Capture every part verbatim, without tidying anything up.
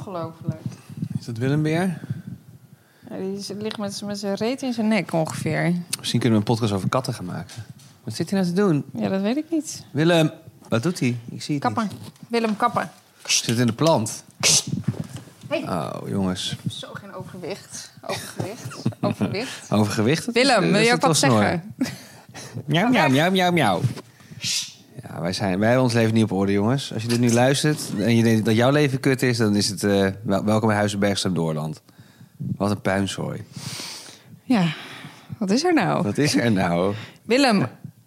Ongelooflijk. Is dat Willem weer? Ja, die is- ligt met, met zijn reet in zijn nek ongeveer. Misschien kunnen we een podcast over katten gaan maken. Wat zit hij nou te doen? Ja, dat weet ik niet. Willem, wat doet hij? Ik zie het Kappen. niet. Willem, kappen. Zit in de plant. Hey. Oh, jongens. Zo geen overwicht. Overgewicht. Overwicht. Overgewicht? Dat Willem, is- wil je dat ook wat is wel snor. zeggen? Miauw, miauw, miauw, miauw, miauw. Ja, wij, zijn, wij hebben ons leven niet op orde, jongens. Als je dit nu luistert en je denkt dat jouw leven kut is... dan is het uh, wel, welkom in Huizenbergstad Doorland. Wat een puinzooi. Ja, wat is er nou? Wat is er nou? Willem.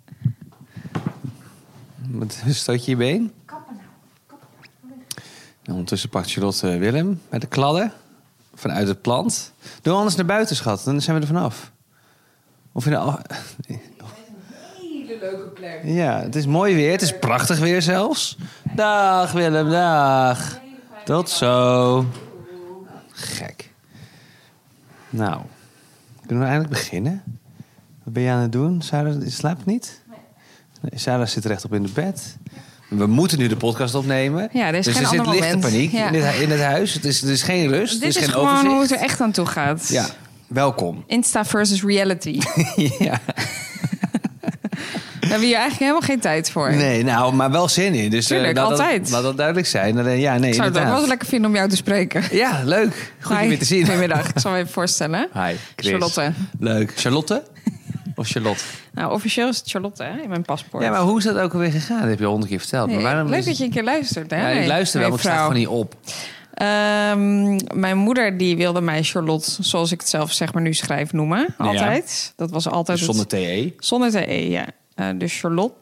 Wat stoot je je been? Kappen nou. Kappen En ondertussen pakt Charlotte Willem bij de kladden. Vanuit het plant. Doe anders naar buiten, schat. Dan zijn we er vanaf. Of in de... Al... hele leuke plek. Ja, het is mooi weer. Het is prachtig weer zelfs. Dag Willem, dag. Tot zo. Gek. Nou, kunnen we eindelijk beginnen? Wat ben je aan het doen? Sarah slaapt niet? Nee, Sarah zit rechtop in het bed. We moeten nu de podcast opnemen. Ja, er is dus geen er zit ander lichte moment. paniek Ja. in, het, in het huis. Het is, er is geen rust, Dit er is, is geen gewoon overzicht. hoe het er echt aan toe gaat. Ja, welkom. Insta versus reality. Ja. Daar heb je hier eigenlijk helemaal geen tijd voor. Nee, nou, maar wel zin in. Dus, Tuurlijk, uh, laat altijd. Dat, laat dat duidelijk zijn. Uh, ja, nee, Ik zou het ook inderdaad. wel eens lekker vinden om jou te spreken. Ja, leuk. Goed je Hi, weer te zien. Goedemiddag, ik zal me even voorstellen. Hi, Chris. Charlotte. Leuk. Charlotte? Of Charlotte? Nou, officieel is het Charlotte hè, in mijn paspoort. Ja, maar hoe is dat ook alweer gegaan? Dat heb je al honderd keer verteld. Nee, maar waarom leuk is dat je een keer luistert. Hè? Ja, ik Nee, luister wel, nee, maar ik sta vrouw. gewoon niet op. Ehm, mijn moeder die wilde mij Charlotte, zoals ik het zelf zeg maar nu schrijf, noemen. Altijd. Ja. Dat was altijd Dus zonder het... T E? Zonder T E, ja. Uh, dus Charlotte.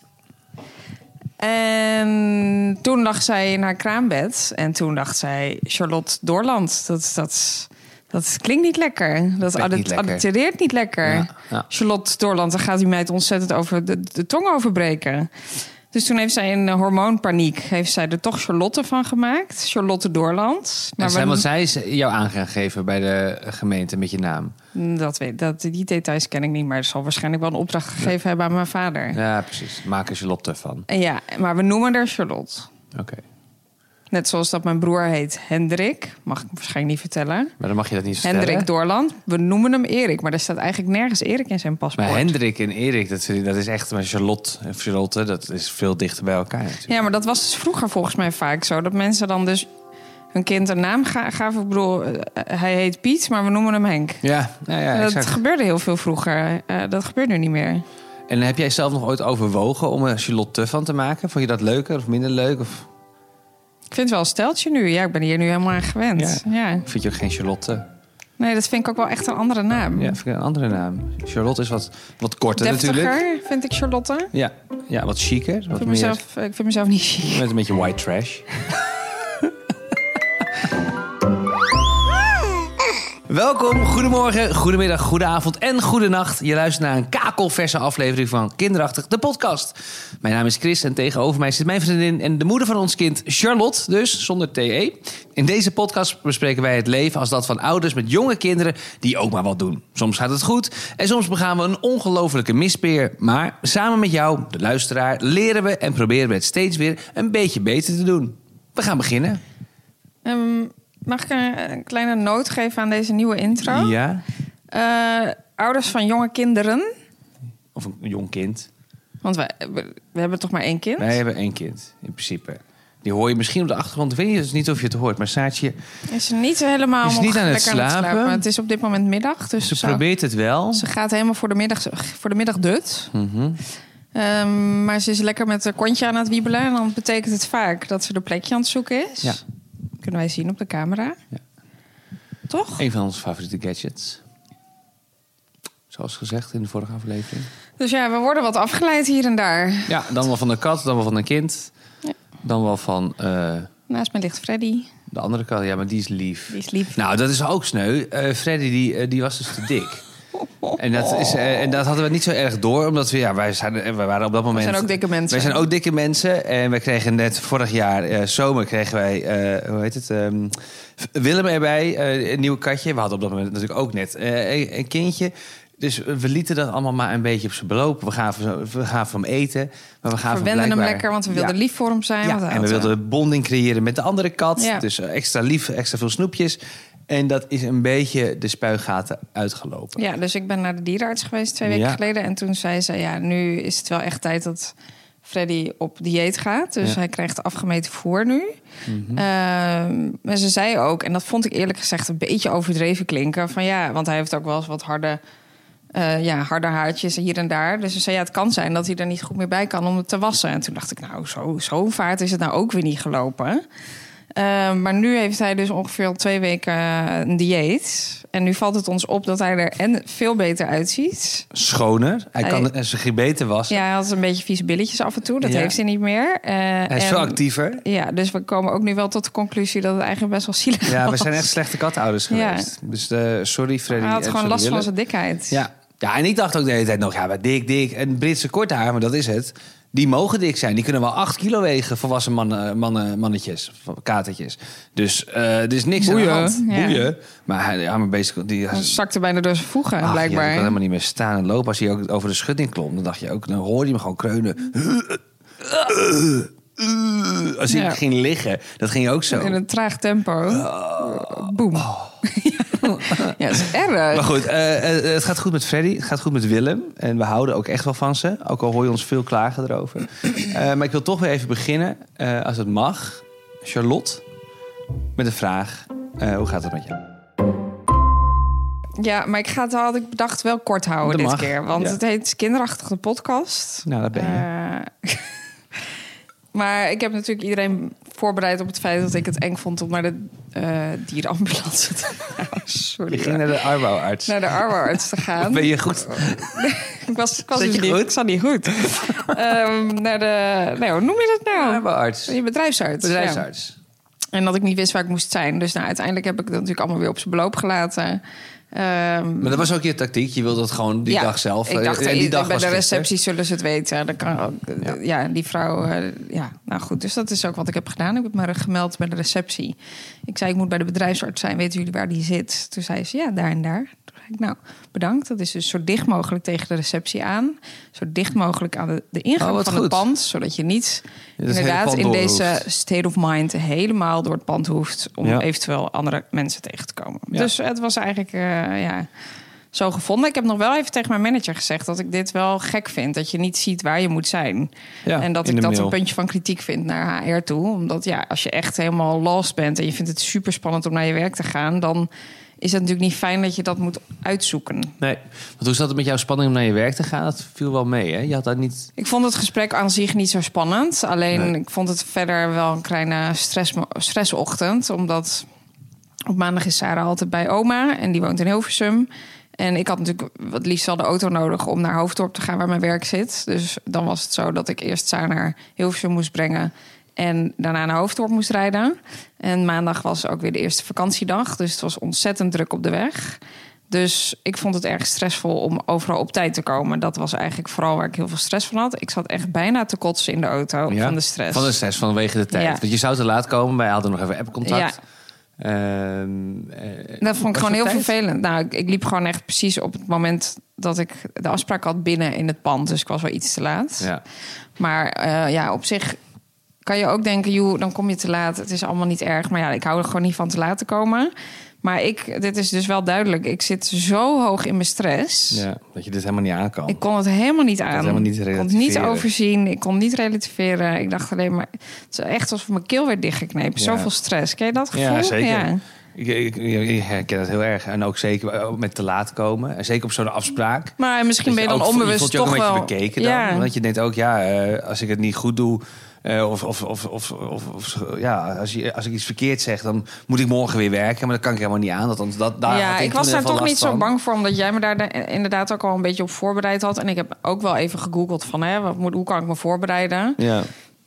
En toen lag zij in haar kraambed. En toen dacht zij, Charlotte Doorland. Dat, dat, dat klinkt niet lekker. Dat Klinkt niet lekker. allitereert niet lekker. Ja, ja. Charlotte Doorland, daar gaat die meid ontzettend over de, de tong overbreken. Dus toen heeft zij in hormoonpaniek... heeft zij er toch Charlotte van gemaakt. Charlotte Doorland. En we- zij, want zij is jou aangegeven bij de gemeente met je naam. Dat weet, dat, die details ken ik niet, maar ze zal waarschijnlijk wel een opdracht gegeven hebben aan mijn vader. Ja, precies. Maak er Charlotte van. En ja, maar we noemen haar Charlotte. Oké. Net zoals dat mijn broer heet Hendrik. Mag ik waarschijnlijk niet vertellen. Maar dan mag je dat niet vertellen. Hendrik Doorland. We noemen hem Erik, maar er staat eigenlijk nergens Erik in zijn paspoort. Maar Hendrik en Erik, dat, dat is echt... Maar Charlotte en Charlotte, dat is veel dichter bij elkaar natuurlijk. Ja, maar dat was dus vroeger volgens mij vaak zo. Dat mensen dan dus hun kind een naam ga- gaven. Ik bedoel, uh, hij heet Piet, maar we noemen hem Henk. Ja, ja, ja dat exact. gebeurde heel veel vroeger. Uh, dat gebeurt nu niet meer. En heb jij zelf nog ooit overwogen om er Charlotte van te maken? Vond je dat leuker of minder leuk? Of... Ik vind het wel een steltje nu. Ja, ik ben hier nu helemaal aan gewend. Ja. Ja. Vind je ook geen Charlotte? Nee, dat vind ik ook wel echt een andere naam. Ja, vind ik een andere naam. Charlotte is wat, wat korter Deftiger natuurlijk. vind ik Charlotte. Ja, ja, wat chiquer. Ik Wat vind, meer, mezelf, ik vind mezelf niet chic. met een beetje white trash. Welkom, goedemorgen, goedemiddag, goedenavond en goedenacht. Je luistert naar een kakelverse aflevering van Kinderachtig, de podcast. Mijn naam is Chris en tegenover mij zit mijn vriendin en de moeder van ons kind, Charlotte, dus zonder T E. In deze podcast bespreken wij het leven als dat van ouders met jonge kinderen die ook maar wat doen. Soms gaat het goed en soms begaan we een ongelofelijke mispeer. Maar samen met jou, de luisteraar, leren we en proberen we het steeds weer een beetje beter te doen. We gaan beginnen. Um, mag ik een, een kleine noot geven aan deze nieuwe intro? Ja, Uh, ouders van jonge kinderen. of een jong kind. Want wij, we, we hebben toch maar één kind? Wij hebben één kind, in principe. Die hoor je misschien op de achtergrond. Ik weet niet, niet of je het hoort, maar Saartje... Is ze niet helemaal Is nog niet aan het lekker aan het slapen. slapen. Het is op dit moment middag. Dus Ze zo- probeert het wel. Ze gaat helemaal voor de middag, voor de middag dut. Mhm. Um, maar ze is lekker met haar kontje aan het wiebelen. En dan betekent het vaak dat ze de plekje aan het zoeken is. Ja. Kunnen wij zien op de camera. Ja. Toch? Een van onze favoriete gadgets. Zoals gezegd in de vorige aflevering. Dus ja, we worden wat afgeleid hier en daar. Ja, dan wel van de kat, dan wel van een kind. Ja. Dan wel van uh, Naast mij ligt Freddy. de andere kat. Ja, maar die is lief. Die is lief. Nou, dat is ook sneu. Uh, Freddy, die, uh, die was dus te dik. En dat, is, uh, en dat hadden we niet zo erg door, omdat we, ja, wij, zijn, wij waren op dat moment... We zijn ook dikke mensen. Wij zijn ook dikke mensen. En we kregen net vorig jaar, uh, zomer, kregen wij, uh, hoe heet het, um, Willem erbij, uh, een nieuw katje. We hadden op dat moment natuurlijk ook net uh, een kindje. Dus we lieten dat allemaal maar een beetje op zijn beloop. We gaven, we gaven hem eten. Maar we gaven verwenden hem, hem lekker, want we wilden ja. lief voor hem zijn. Ja, want en we wilden bonding creëren met de andere kat. Ja. Dus extra lief, extra veel snoepjes. En dat is een beetje de spuigaten uitgelopen. Ja, dus ik ben naar de dierenarts geweest twee weken Ja. geleden. En toen zei ze, ja, nu is het wel echt tijd dat Freddy op dieet gaat. Dus Ja. hij krijgt afgemeten voer nu. Mm-hmm. Uh, maar ze zei ook, en dat vond ik eerlijk gezegd een beetje overdreven klinken. Van ja, want hij heeft ook wel eens wat harde, uh, ja, harde haartjes hier en daar. Dus ze zei, ja, het kan zijn dat hij er niet goed meer bij kan om het te wassen. En toen dacht ik, nou, zo, zo vaart is het nou ook weer niet gelopen. Uh, maar nu heeft hij dus ongeveer al twee weken een dieet. En nu valt het ons op dat hij er en veel beter uitziet. Schoner. Hij, Hij- kan zijn gebeten wassen. Ja, hij had een beetje vieze billetjes af en toe. Dat Ja. heeft hij niet meer. Uh, Hij is en- veel actiever. Ja, dus we komen ook nu wel tot de conclusie dat het eigenlijk best wel zielig Ja, we was. zijn echt slechte katouders Ja. geweest. Dus uh, sorry Freddy. Hij had en gewoon sorry last van Willem. zijn dikheid. Ja. ja, en ik dacht ook de hele tijd nog, ja, wat dik, dik. En Britse korte haar, maar dat is het. Die mogen dik zijn. Die kunnen wel acht kilo wegen, volwassen mannen, mannen, mannetjes, katertjes. Dus uh, er is niks Boeien, aan de hand. ja. Boeien. Maar hij, ja, maar bezig, die, Hij zakte bijna door zijn voegen, Ach, ja, blijkbaar. die kon helemaal niet meer staan en lopen. Als hij ook over de schutting klom, dan dacht je ook, dan hoorde je hem gewoon kreunen. Als hij Ja. ging liggen, dat ging ook zo. In een traag tempo. Boem. Ja, dat is erg. Maar goed, uh, uh, het gaat goed met Freddy. Het gaat goed met Willem. En we houden ook echt wel van ze. Ook al hoor je ons veel klagen erover. Uh, maar ik wil toch weer even beginnen, uh, als het mag. Charlotte, met een vraag. Uh, hoe gaat het met jou? Ja, maar ik ga het, had ik bedacht, wel kort houden Dat dit mag, keer. Want ja. het heet Kinderachtige Podcast. Nou, dat ben je. Uh, maar ik heb natuurlijk iedereen voorbereid op het feit dat ik het eng vond om naar de uh, dierenambulance te gaan. Sorry. Je ging naar de arbouwarts. Naar de arbouwarts te gaan. Ben je goed? ik was, ik was Zat je dus niet, goed? ik zat niet goed. um, naar de, nee, hoe noem je dat nou? Arbouwarts. Je bedrijfsarts. Bedrijfsarts. Ja. En dat ik niet wist waar ik moest zijn. Dus nou, uiteindelijk heb ik het natuurlijk allemaal weer op zijn beloop gelaten. Um, Maar dat was ook je tactiek. Je wilde het gewoon die ja, dag zelf. Ik dacht, en die dag bij was de gisteren. receptie zullen ze het weten. Dan kan ook, Ja. ja. die vrouw... Uh, ja, nou goed, dus dat is ook wat ik heb gedaan. Ik heb me gemeld bij de receptie. Ik zei, ik moet bij de bedrijfsarts zijn. Weten jullie waar die zit? Toen zei ze, ja, daar en daar. Toen zei ik, nou, bedankt. Dat is dus zo dicht mogelijk tegen de receptie aan. Zo dicht mogelijk aan de, de ingang Oh, wat van goed. het pand. Zodat je niet Ja, dat het inderdaad hele in pand door deze hoeft. state of mind helemaal door het pand hoeft... om Ja. eventueel andere mensen tegen te komen. Ja. Dus het was eigenlijk... Uh, ja, zo gevonden. Ik heb nog wel even tegen mijn manager gezegd dat ik dit wel gek vind. Dat je niet ziet waar je moet zijn. Ja, en dat in ik de dat mail. een puntje van kritiek vind naar H R toe. Omdat ja, als je echt helemaal lost bent en je vindt het super spannend om naar je werk te gaan, dan is het natuurlijk niet fijn dat je dat moet uitzoeken. Nee. Want hoe zat het met jouw spanning om naar je werk te gaan? Dat viel wel mee, hè? Je had dat niet... Ik vond het gesprek aan zich niet zo spannend. Alleen Nee. ik vond het verder wel een kleine stress, stressochtend. Omdat op maandag is Sarah altijd bij oma en die woont in Hilversum. En ik had natuurlijk wat liefst wel de auto nodig om naar Hoofddorp te gaan waar mijn werk zit. Dus dan was het zo dat ik eerst Sarah naar Hilversum moest brengen en daarna naar Hoofddorp moest rijden. En maandag was ook weer de eerste vakantiedag, dus het was ontzettend druk op de weg. Dus ik vond het erg stressvol om overal op tijd te komen. Dat was eigenlijk vooral waar ik heel veel stress van had. Ik zat echt bijna te kotsen in de auto Ja? van de stress. Van de stress, vanwege de tijd. Ja. Want je zou te laat komen. Wij hadden nog even app-contact. Ja. Ehm, eh, Dat vond ik was gewoon het heel tijd? vervelend. Nou, ik, ik liep gewoon echt precies op het moment dat ik de afspraak had binnen in het pand. Dus ik was wel iets te laat. Ja. Maar uh, ja, op zich kan je ook denken, joh, dan kom je te laat. Het is allemaal niet erg. Maar ja, ik hou er gewoon niet van te laat te komen. Maar ik, dit is dus wel duidelijk. Ik zit zo hoog in mijn stress. ja, dat je dit helemaal niet aan kan. Ik kon het helemaal niet aan. het helemaal niet ik kon het niet relativeren. overzien. Ik kon niet relativeren. Ik dacht alleen maar... Het is echt alsof mijn keel werd dichtgeknepen. Ja. Zoveel stress. Ken je dat gevoel? Ja, zeker. Ja. Ik, ik, ik herken het heel erg. En ook zeker ook met te laat komen. En zeker op zo'n afspraak. Maar misschien ben je dan ook, onbewust je voelt je ook toch een wel... beetje bekeken dan. Ja. Want je denkt ook, ja, uh, als ik het niet goed doe... Uh, of, of, of, of, of, of ja, als, je, als ik iets verkeerd zeg, dan moet ik morgen weer werken. Maar dat kan ik helemaal niet aan. Dat, dat, daar ja, had ik, ik was toen daar even toch last niet zo van. bang voor, omdat jij me daar de, inderdaad ook al een beetje op voorbereid had. En ik heb ook wel even gegoogeld van, hè, wat moet, hoe kan ik me voorbereiden? Ja.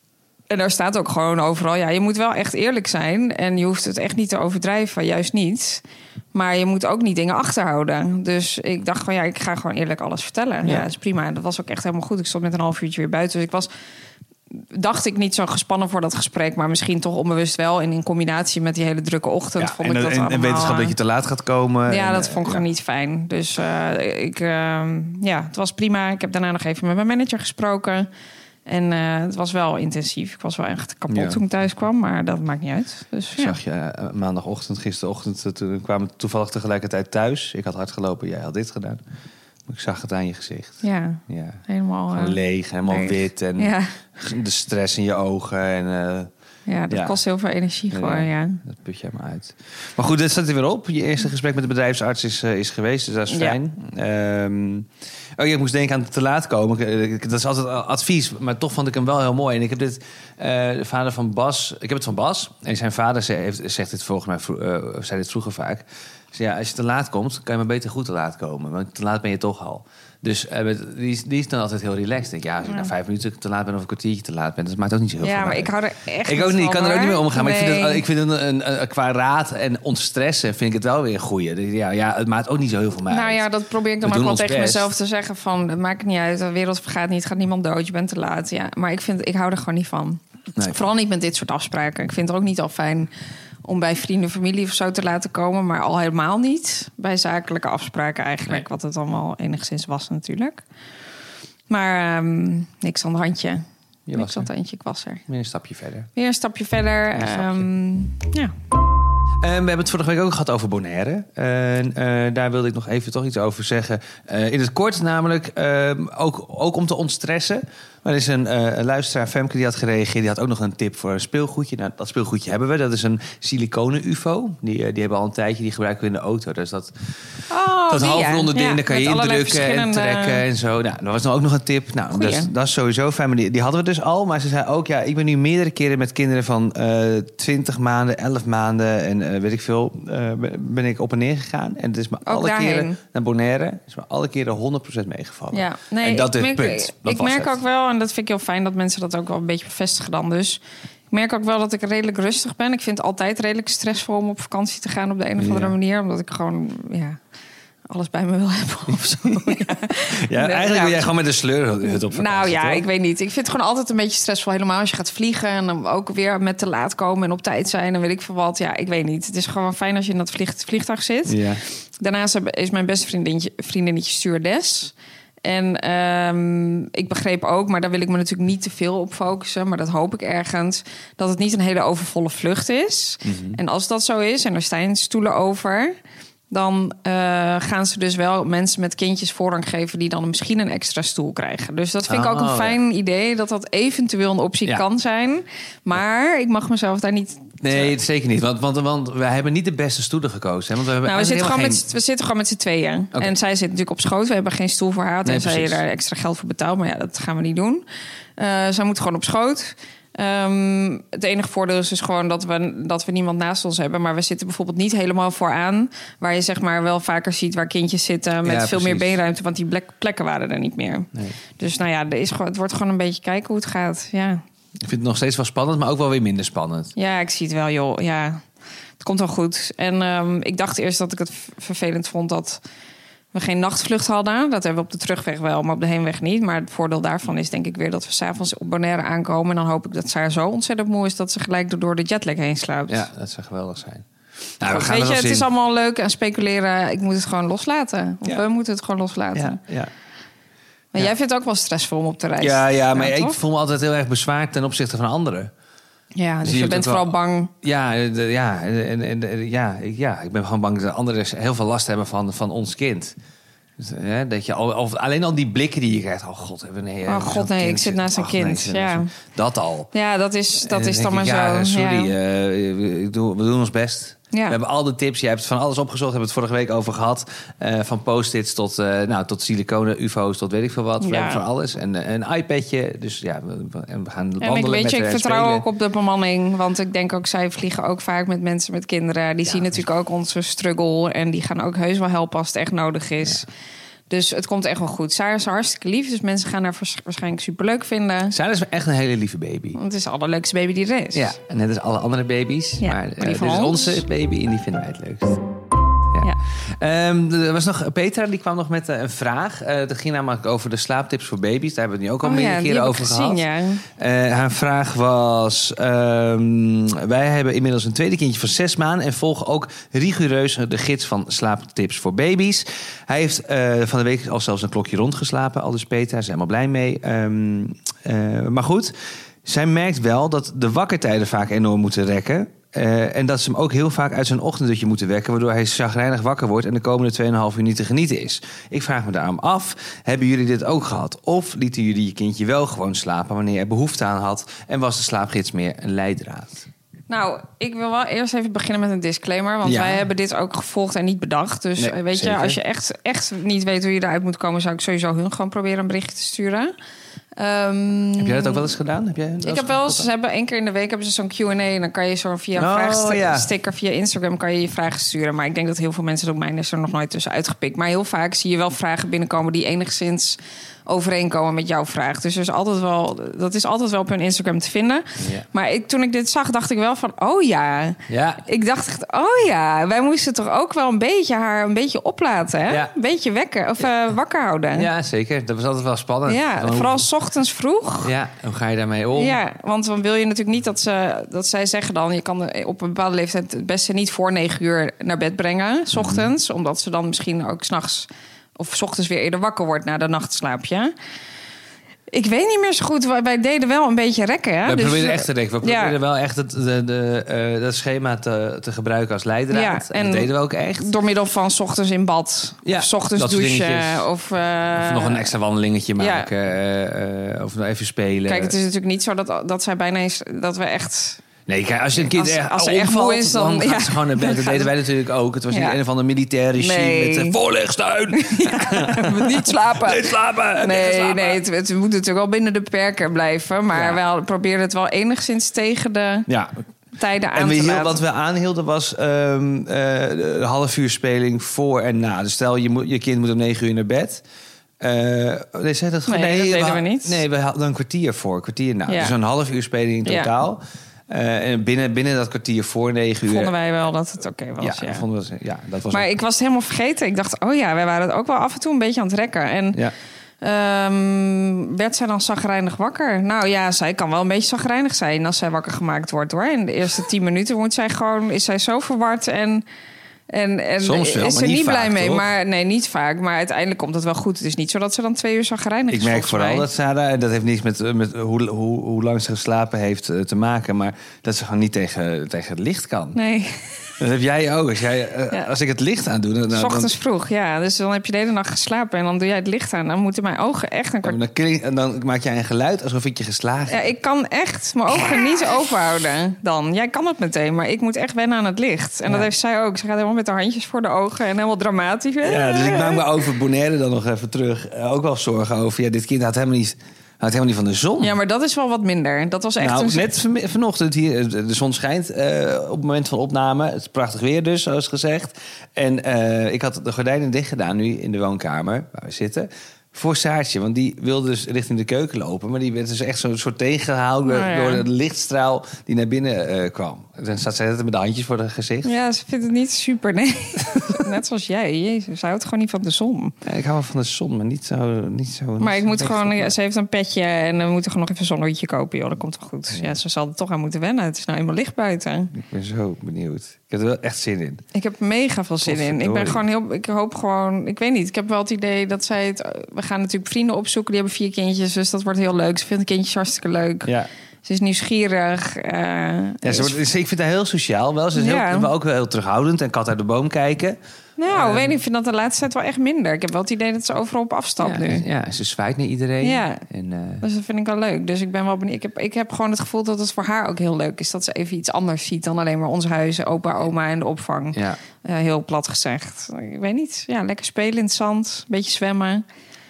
En daar staat ook gewoon overal, ja, je moet wel echt eerlijk zijn. En je hoeft het echt niet te overdrijven, juist niet. Maar je moet ook niet dingen achterhouden. Dus ik dacht van, ja, ik ga gewoon eerlijk alles vertellen. Ja, Ja. dat is prima. Dat was ook echt helemaal goed. Ik stond met een half uurtje weer buiten. Dus ik was dacht ik niet zo gespannen voor dat gesprek, maar misschien toch onbewust wel. En in combinatie met die hele drukke ochtend Ja, vond en, ik dat en, allemaal... en wetenschap dat je te laat gaat komen. Ja, en, dat vond ik ja. gewoon niet fijn. Dus uh, ik, uh, ja, het was prima. Ik heb daarna nog even met mijn manager gesproken. En uh, het was wel intensief. Ik was wel echt kapot Ja. toen ik thuis kwam, maar dat maakt niet uit. Dus, Ik ja. zag je uh, maandagochtend, gisterochtend, uh, toen kwamen we toevallig tegelijkertijd thuis. Ik had hard gelopen, jij had dit gedaan. Maar ik zag het aan je gezicht. Ja, Ja. helemaal... Gewoon Uh, leeg, helemaal leeg. wit en Ja. de stress in je ogen. En, uh, Ja, dat Ja. kost heel veel energie gewoon, ja. Dat put je helemaal uit. Maar goed, dit staat er weer op. Je eerste gesprek met de bedrijfsarts is, uh, is geweest, dus dat is fijn. Ja. Um, oh ja, ik moest denken aan te laat komen. Dat is altijd advies, maar toch vond ik hem wel heel mooi. En ik heb dit, uh, de vader van Bas, ik heb het van Bas. En zijn vader zei, heeft, zegt dit volgens mij, vro- uh, zei dit vroeger vaak. Dus ja, als je te laat komt, kan je maar beter goed te laat komen. Want te laat ben je toch al. Dus uh, met, die, is, die is dan altijd heel relaxed. Denk, ja, als je Ja. na vijf minuten te laat bent of een kwartiertje te laat bent, dat maakt ook niet zo heel Ja, veel maar uit. ik hou er echt Ik ook niet, ik kan er ook niet mee omgaan. Maar nee. ik vind het, ik vind het een, een, een, qua raad en ontstressen vind ik het wel weer een goeie. Ja, ja, het maakt ook niet zo heel veel mee Nou uit. ja, dat probeer ik dan We ook doen wel ons tegen best. mezelf te zeggen van... het maakt niet uit, de wereld vergaat niet, gaat niemand dood, je bent te laat. Ja, maar ik, vind, ik hou er gewoon niet van. Nee. Vooral niet met dit soort afspraken. Ik vind het ook niet al fijn om bij vrienden, familie of zo te laten komen... maar al helemaal niet bij zakelijke afspraken eigenlijk. Nee. Wat het allemaal enigszins was natuurlijk. Maar um, niks aan de handje. Je niks was aan er. het handje, ik was er. Weer een stapje verder. Weer een stapje verder. Een stapje. Um, ja. Uh, we hebben het vorige week ook gehad over Bonaire. En uh, daar wilde ik nog even toch iets over zeggen. Uh, in het kort namelijk, uh, ook, ook om te ontstressen. Maar er is een, uh, een luisteraar, Femke, die had gereageerd. Die had ook nog een tip voor een speelgoedje. Nou, dat speelgoedje hebben we. Dat is een siliconen U F O. Die, uh, die hebben al een tijdje, die gebruiken we in de auto. Dus dat, Oh, dat die, halfronde ja. ding, Ja, daar kan je met allerlei indrukken en verschillende- trekken en zo. Nou, dat was dan ook nog een tip. Nou, Goeie. dat is, dat is sowieso fijn. Maar die, die hadden we dus al. Maar ze zei ook, ja, ik ben nu meerdere keren met kinderen van uh, twintig maanden, elf maanden en uh, weet ik veel, uh, ben ik op en neer gegaan. En het is me Ook alle daarheen. keren naar Bonaire, is me alle keren honderd procent meegevallen. Ja, nee, en dat ik is het merk, punt. Dat ik was merk het. ook wel, en dat vind ik heel fijn dat mensen dat ook wel een beetje bevestigen dan dus. Ik merk ook wel dat ik redelijk rustig ben. Ik vind het altijd redelijk stressvol om op vakantie te gaan op de een of andere Ja. manier. Omdat ik gewoon, ja, alles bij me wil hebben of zo. Ja. Ja, eigenlijk wil jij gewoon met een sleurhut op vakantie. Nou ja, toch? ik weet niet. Ik vind het gewoon altijd een beetje stressvol. Helemaal als je gaat vliegen en dan ook weer met te laat komen en op tijd zijn en weet ik veel wat. Ja, ik weet niet. Het is gewoon fijn als je in dat vlieg- vliegtuig zit. Ja. Daarnaast heb- is mijn beste vriendinnetje, vriendinnetje stewardess. En um, ik begreep ook, maar daar wil ik me natuurlijk niet te veel op focussen, maar dat hoop ik ergens, dat het niet een hele overvolle vlucht is. Mm-hmm. En als dat zo is en er staan stoelen over, dan uh, gaan ze dus wel mensen met kindjes voorrang geven die dan misschien een extra stoel krijgen. Dus dat vind ik ook Oh, een fijn idee, dat dat eventueel een optie Ja. kan zijn. Maar ik mag mezelf daar niet... Nee, zeker niet. Want, want, want wij hebben niet de beste stoelen gekozen. Hè? Want we, hebben Nou, we zitten, gewoon helemaal met, we zitten gewoon met z'n tweeën. Oké. En zij zit natuurlijk op schoot. We hebben geen stoel voor haar. Tenzij Nee, je precies. daar extra geld voor betaalt. Maar ja, dat gaan we niet doen. Uh, zij moet gewoon op schoot. Um, het enige voordeel is dus gewoon dat we, dat we niemand naast ons hebben. Maar we zitten bijvoorbeeld niet helemaal vooraan. Waar je zeg maar wel vaker ziet waar kindjes zitten. Met Ja, veel precies. meer beenruimte. Want die plek, plekken waren er niet meer. Nee. Dus nou ja, er is gewoon, het wordt gewoon een beetje kijken hoe het gaat. Ja. Ik vind het nog steeds wel spannend, maar ook wel weer minder spannend. Ja, ik zie het wel, joh. Ja, het komt wel goed. En um, ik dacht eerst dat ik het vervelend vond dat we geen nachtvlucht hadden. Dat hebben we op de terugweg wel, maar op de heenweg niet. Maar het voordeel daarvan is denk ik weer dat we 's avonds op Bonaire aankomen. En dan hoop ik dat Sarah zo ontzettend moe is dat ze gelijk door de jetlag heen slaapt. Ja, dat zou geweldig zijn. Nou, we Goed, gaan weet er je, wel het is zien. allemaal leuk en speculeren. Ik moet het gewoon loslaten. Of Ja. we moeten het gewoon loslaten. Ja, ja. Maar Ja. jij vindt het ook wel stressvol om op te reizen. Ja, ja, maar Ja, ik toch? voel me altijd heel erg bezwaard ten opzichte van anderen. Ja, dus Zie je je bent het wel- vooral bang. Ja, de, ja, en, en, en- ja, ik, ja, ik ben gewoon bang dat anderen heel veel last hebben van, van ons kind. Dus, hè, dat je al, of alleen al die blikken die je krijgt. Oh god, nee. Oh god, nee, ik zit naast een Ach, nee, ik kind. zit Ja. naast een- Dat al. Ja, dat is, dat En is dan denk maar ik, zo. ja, sorry, Ja. eh, ik doe, we doen ons best. Ja. We hebben al de tips. Je hebt van alles opgezocht. We hebben het vorige week over gehad. Uh, van post-its tot, uh, nou, tot siliconen, U F O's, tot weet ik veel wat. We Ja. hebben van alles. En uh, een iPadje. Dus ja, we, we- en we gaan wandelen En ik weet met je, ik uh, vertrouw spelen. ook op de bemanning. Want ik denk ook, zij vliegen ook vaak met mensen met kinderen. Die Ja, zien natuurlijk ook onze struggle. En die gaan ook heus wel helpen als het echt nodig is. Ja. Dus het komt echt wel goed. Sarah is hartstikke lief. Dus mensen gaan haar waars- waarschijnlijk superleuk vinden. Sarah is echt een hele lieve baby. Want het is de allerleukste baby die er is. Ja, net als alle andere baby's. Ja, maar maar uh, die van dit is ons. onze baby en die vinden wij het leukst. Ja. Um, er was nog Petra, die kwam nog met uh, een vraag. Uh, dat ging namelijk over de slaaptips voor baby's. Daar hebben we het nu ook al oh, meerdere ja, keren over gezien, gehad. Ja. Uh, haar vraag was... Um, wij hebben inmiddels een tweede kindje van zes maanden... en volgen ook rigoureus de gids van slaaptips voor baby's. Hij heeft uh, van de week al zelfs een klokje rondgeslapen. Al dus Petra, is er helemaal blij mee. Um, uh, maar goed, zij merkt wel dat de wakkertijden vaak enorm moeten rekken. Uh, en dat ze hem ook heel vaak uit zijn ochtenddutje moeten wekken... waardoor hij chagrijnig wakker wordt en de komende twee en een half uur niet te genieten is. Ik vraag me daarom af, hebben jullie dit ook gehad? Of lieten jullie je kindje wel gewoon slapen wanneer hij behoefte aan had... en was de slaapgids meer een leidraad? Nou, ik wil wel eerst even beginnen met een disclaimer. Want ja. wij hebben dit ook gevolgd en niet bedacht. Dus nee, weet zeker. je, als je echt, echt niet weet hoe je eruit moet komen... zou ik sowieso hun gewoon proberen een berichtje te sturen. Um, heb jij dat ook wel eens gedaan? Heb jij ik heb wel eens, ze hebben één keer in de week hebben ze zo'n Q en A... en dan kan je zo via een oh, vraagsticker ja. via Instagram kan je je vragen sturen. Maar ik denk dat heel veel mensen, ook mijn is er nog nooit tussen uitgepikt. Maar heel vaak zie je wel vragen binnenkomen die enigszins overeenkomen met jouw vraag. Dus er is altijd wel, dat is altijd wel op hun Instagram te vinden. Ja. Maar ik, toen ik dit zag, dacht ik wel van, oh ja. ja. Ik dacht echt, oh ja, wij moesten toch ook wel een beetje haar een beetje oplaten, hè? Ja. Een beetje wekken of uh, wakker houden. Ja, zeker. Dat was altijd wel spannend. Ja, van vooral hoe... 's ochtends vroeg. Ja, hoe ga je daarmee om? Ja, want dan wil je natuurlijk niet dat ze, dat zij zeggen dan, je kan op een bepaalde leeftijd het beste niet voor negen uur naar bed brengen, 's ochtends, mm-hmm. omdat ze dan misschien ook 's nachts of 's ochtends weer eerder wakker wordt na de nachtslaapje. Ik weet niet meer zo goed. Wij deden wel een beetje rekken. Hè? We dus, probeerden echt te rekken. We probeerden ja. wel echt het de, de, uh, dat schema te, te gebruiken als leidraad. Ja, en, en dat deden we ook echt. Door middel van 's ochtends in bad. Ja, of 's ochtends douchen. Of, uh, of nog een extra wandelingetje maken. Ja. Uh, uh, of nog even spelen. Kijk, het is natuurlijk niet zo dat, dat zij bijna eens... dat we echt... Nee, kijk, als je een kind als, echt als ze echt moe is, dan, dan gaat ja. ze gewoon naar bed. Dat deden wij natuurlijk ook. Het was niet ja. een of ander militair regime nee. met uh, voorlichtsteun. Ja, niet slapen. Niet slapen. Nee, slapen. nee het, het moet natuurlijk wel binnen de perken blijven. Maar ja. we proberen het wel enigszins tegen de ja. tijden aan en we te hield, laten. wat we aanhielden was um, uh, de half uur speling voor en na. Dus stel, je, moet, je kind moet om negen uur naar bed... Uh, nee, zei dat, nee, nee, dat deden we, we niet. Nee, we hadden een kwartier voor, een kwartier na. Ja. Dus een half uur speling in totaal. Ja. Uh, en binnen, binnen dat kwartier voor negen uur... vonden wij wel dat het oké okay was. Ja, ja. Vonden we, ja, dat was maar ook... ik was het helemaal vergeten. Ik dacht, oh ja, wij waren het ook wel af en toe een beetje aan het rekken. En ja. um, werd zij dan chagrijnig wakker? Nou ja, zij kan wel een beetje chagrijnig zijn als zij wakker gemaakt wordt, hoor. In de eerste tien minuten moet zij gewoon, is zij zo verward en... En, en soms wel, is maar er niet niet vaak, blij mee. toch? Maar nee, niet vaak. Maar uiteindelijk komt het wel goed. Het is niet zo dat ze dan twee uur chagrijnig is. Ik merk vooral mij. dat Sarah, en dat heeft niets met, met hoe, hoe, hoe lang ze geslapen heeft uh, te maken, maar dat ze gewoon niet tegen, tegen het licht kan. Nee. Dat heb jij ook. Als, jij, uh, ja. als ik het licht aan doe... Dan, 's ochtends dan... vroeg, ja. Dus dan heb je de hele nacht geslapen en dan doe jij het licht aan. Dan moeten mijn ogen echt een kwart... Dan, klink, en dan maak jij een geluid alsof ik je geslagen heb. Ja, ik kan echt mijn ogen niet open houden dan. Jij kan het meteen, maar ik moet echt wennen aan het licht. En ja. dat heeft zij ook. Ze gaat helemaal met haar handjes voor de ogen en helemaal dramatisch. Ja, dus ik maak me over Bonaire dan nog even terug. Uh, ook wel zorgen over, ja, dit kind had helemaal niet... houdt helemaal niet van de zon. Ja, maar dat is wel wat minder. Dat was echt nou, een... net van, vanochtend hier, de zon schijnt uh, op het moment van opname. Het is prachtig weer dus, zoals gezegd. En uh, ik had de gordijnen dicht gedaan nu in de woonkamer, waar we zitten... voor Saartje, want die wilde dus richting de keuken lopen... maar die werd dus echt zo'n soort tegengehouden... Oh, ja. door de lichtstraal die naar binnen uh, kwam. Dan staat ze met de handjes voor haar gezicht. Ja, ze vindt het niet super, nee. Net zoals jij. Jezus, ze houdt gewoon niet van de zon. Ja, ik hou wel van de zon, maar niet zo... Niet zo maar ik moet gewoon... Ja, ze heeft een petje en we moeten gewoon nog even een zonnetje kopen. Joh, dat komt wel goed. Ja. Ja, ze zal er toch aan moeten wennen. Het is nou eenmaal licht buiten. Ik ben zo benieuwd. Ik heb er wel echt zin in. Ik heb mega veel zin in. Ik ben gewoon heel... Ik hoop gewoon... Ik weet niet. Ik heb wel het idee dat zij het... We gaan natuurlijk vrienden opzoeken. Die hebben vier kindjes, dus dat wordt heel leuk. Ze vindt kindjes hartstikke leuk. Ja. Ze is nieuwsgierig. Uh, ja, ze wordt, ik vind haar heel sociaal wel. Ze is ja. heel, maar ook wel heel terughoudend en kat uit de boom kijken. Nou, uh, weet niet, ik vind dat de laatste tijd wel echt minder. Ik heb wel het idee dat ze overal op afstapt ja, nu. Ja, ze zwaait naar iedereen. Ja, en, uh... dus dat vind ik wel leuk. Dus ik ben wel benieuwd. Ik heb, ik heb gewoon het gevoel dat het voor haar ook heel leuk is. Dat ze even iets anders ziet dan alleen maar ons huis, opa, oma en de opvang. Ja. Uh, heel plat gezegd. Ik weet niet. Ja, lekker spelen in het zand, een beetje zwemmen.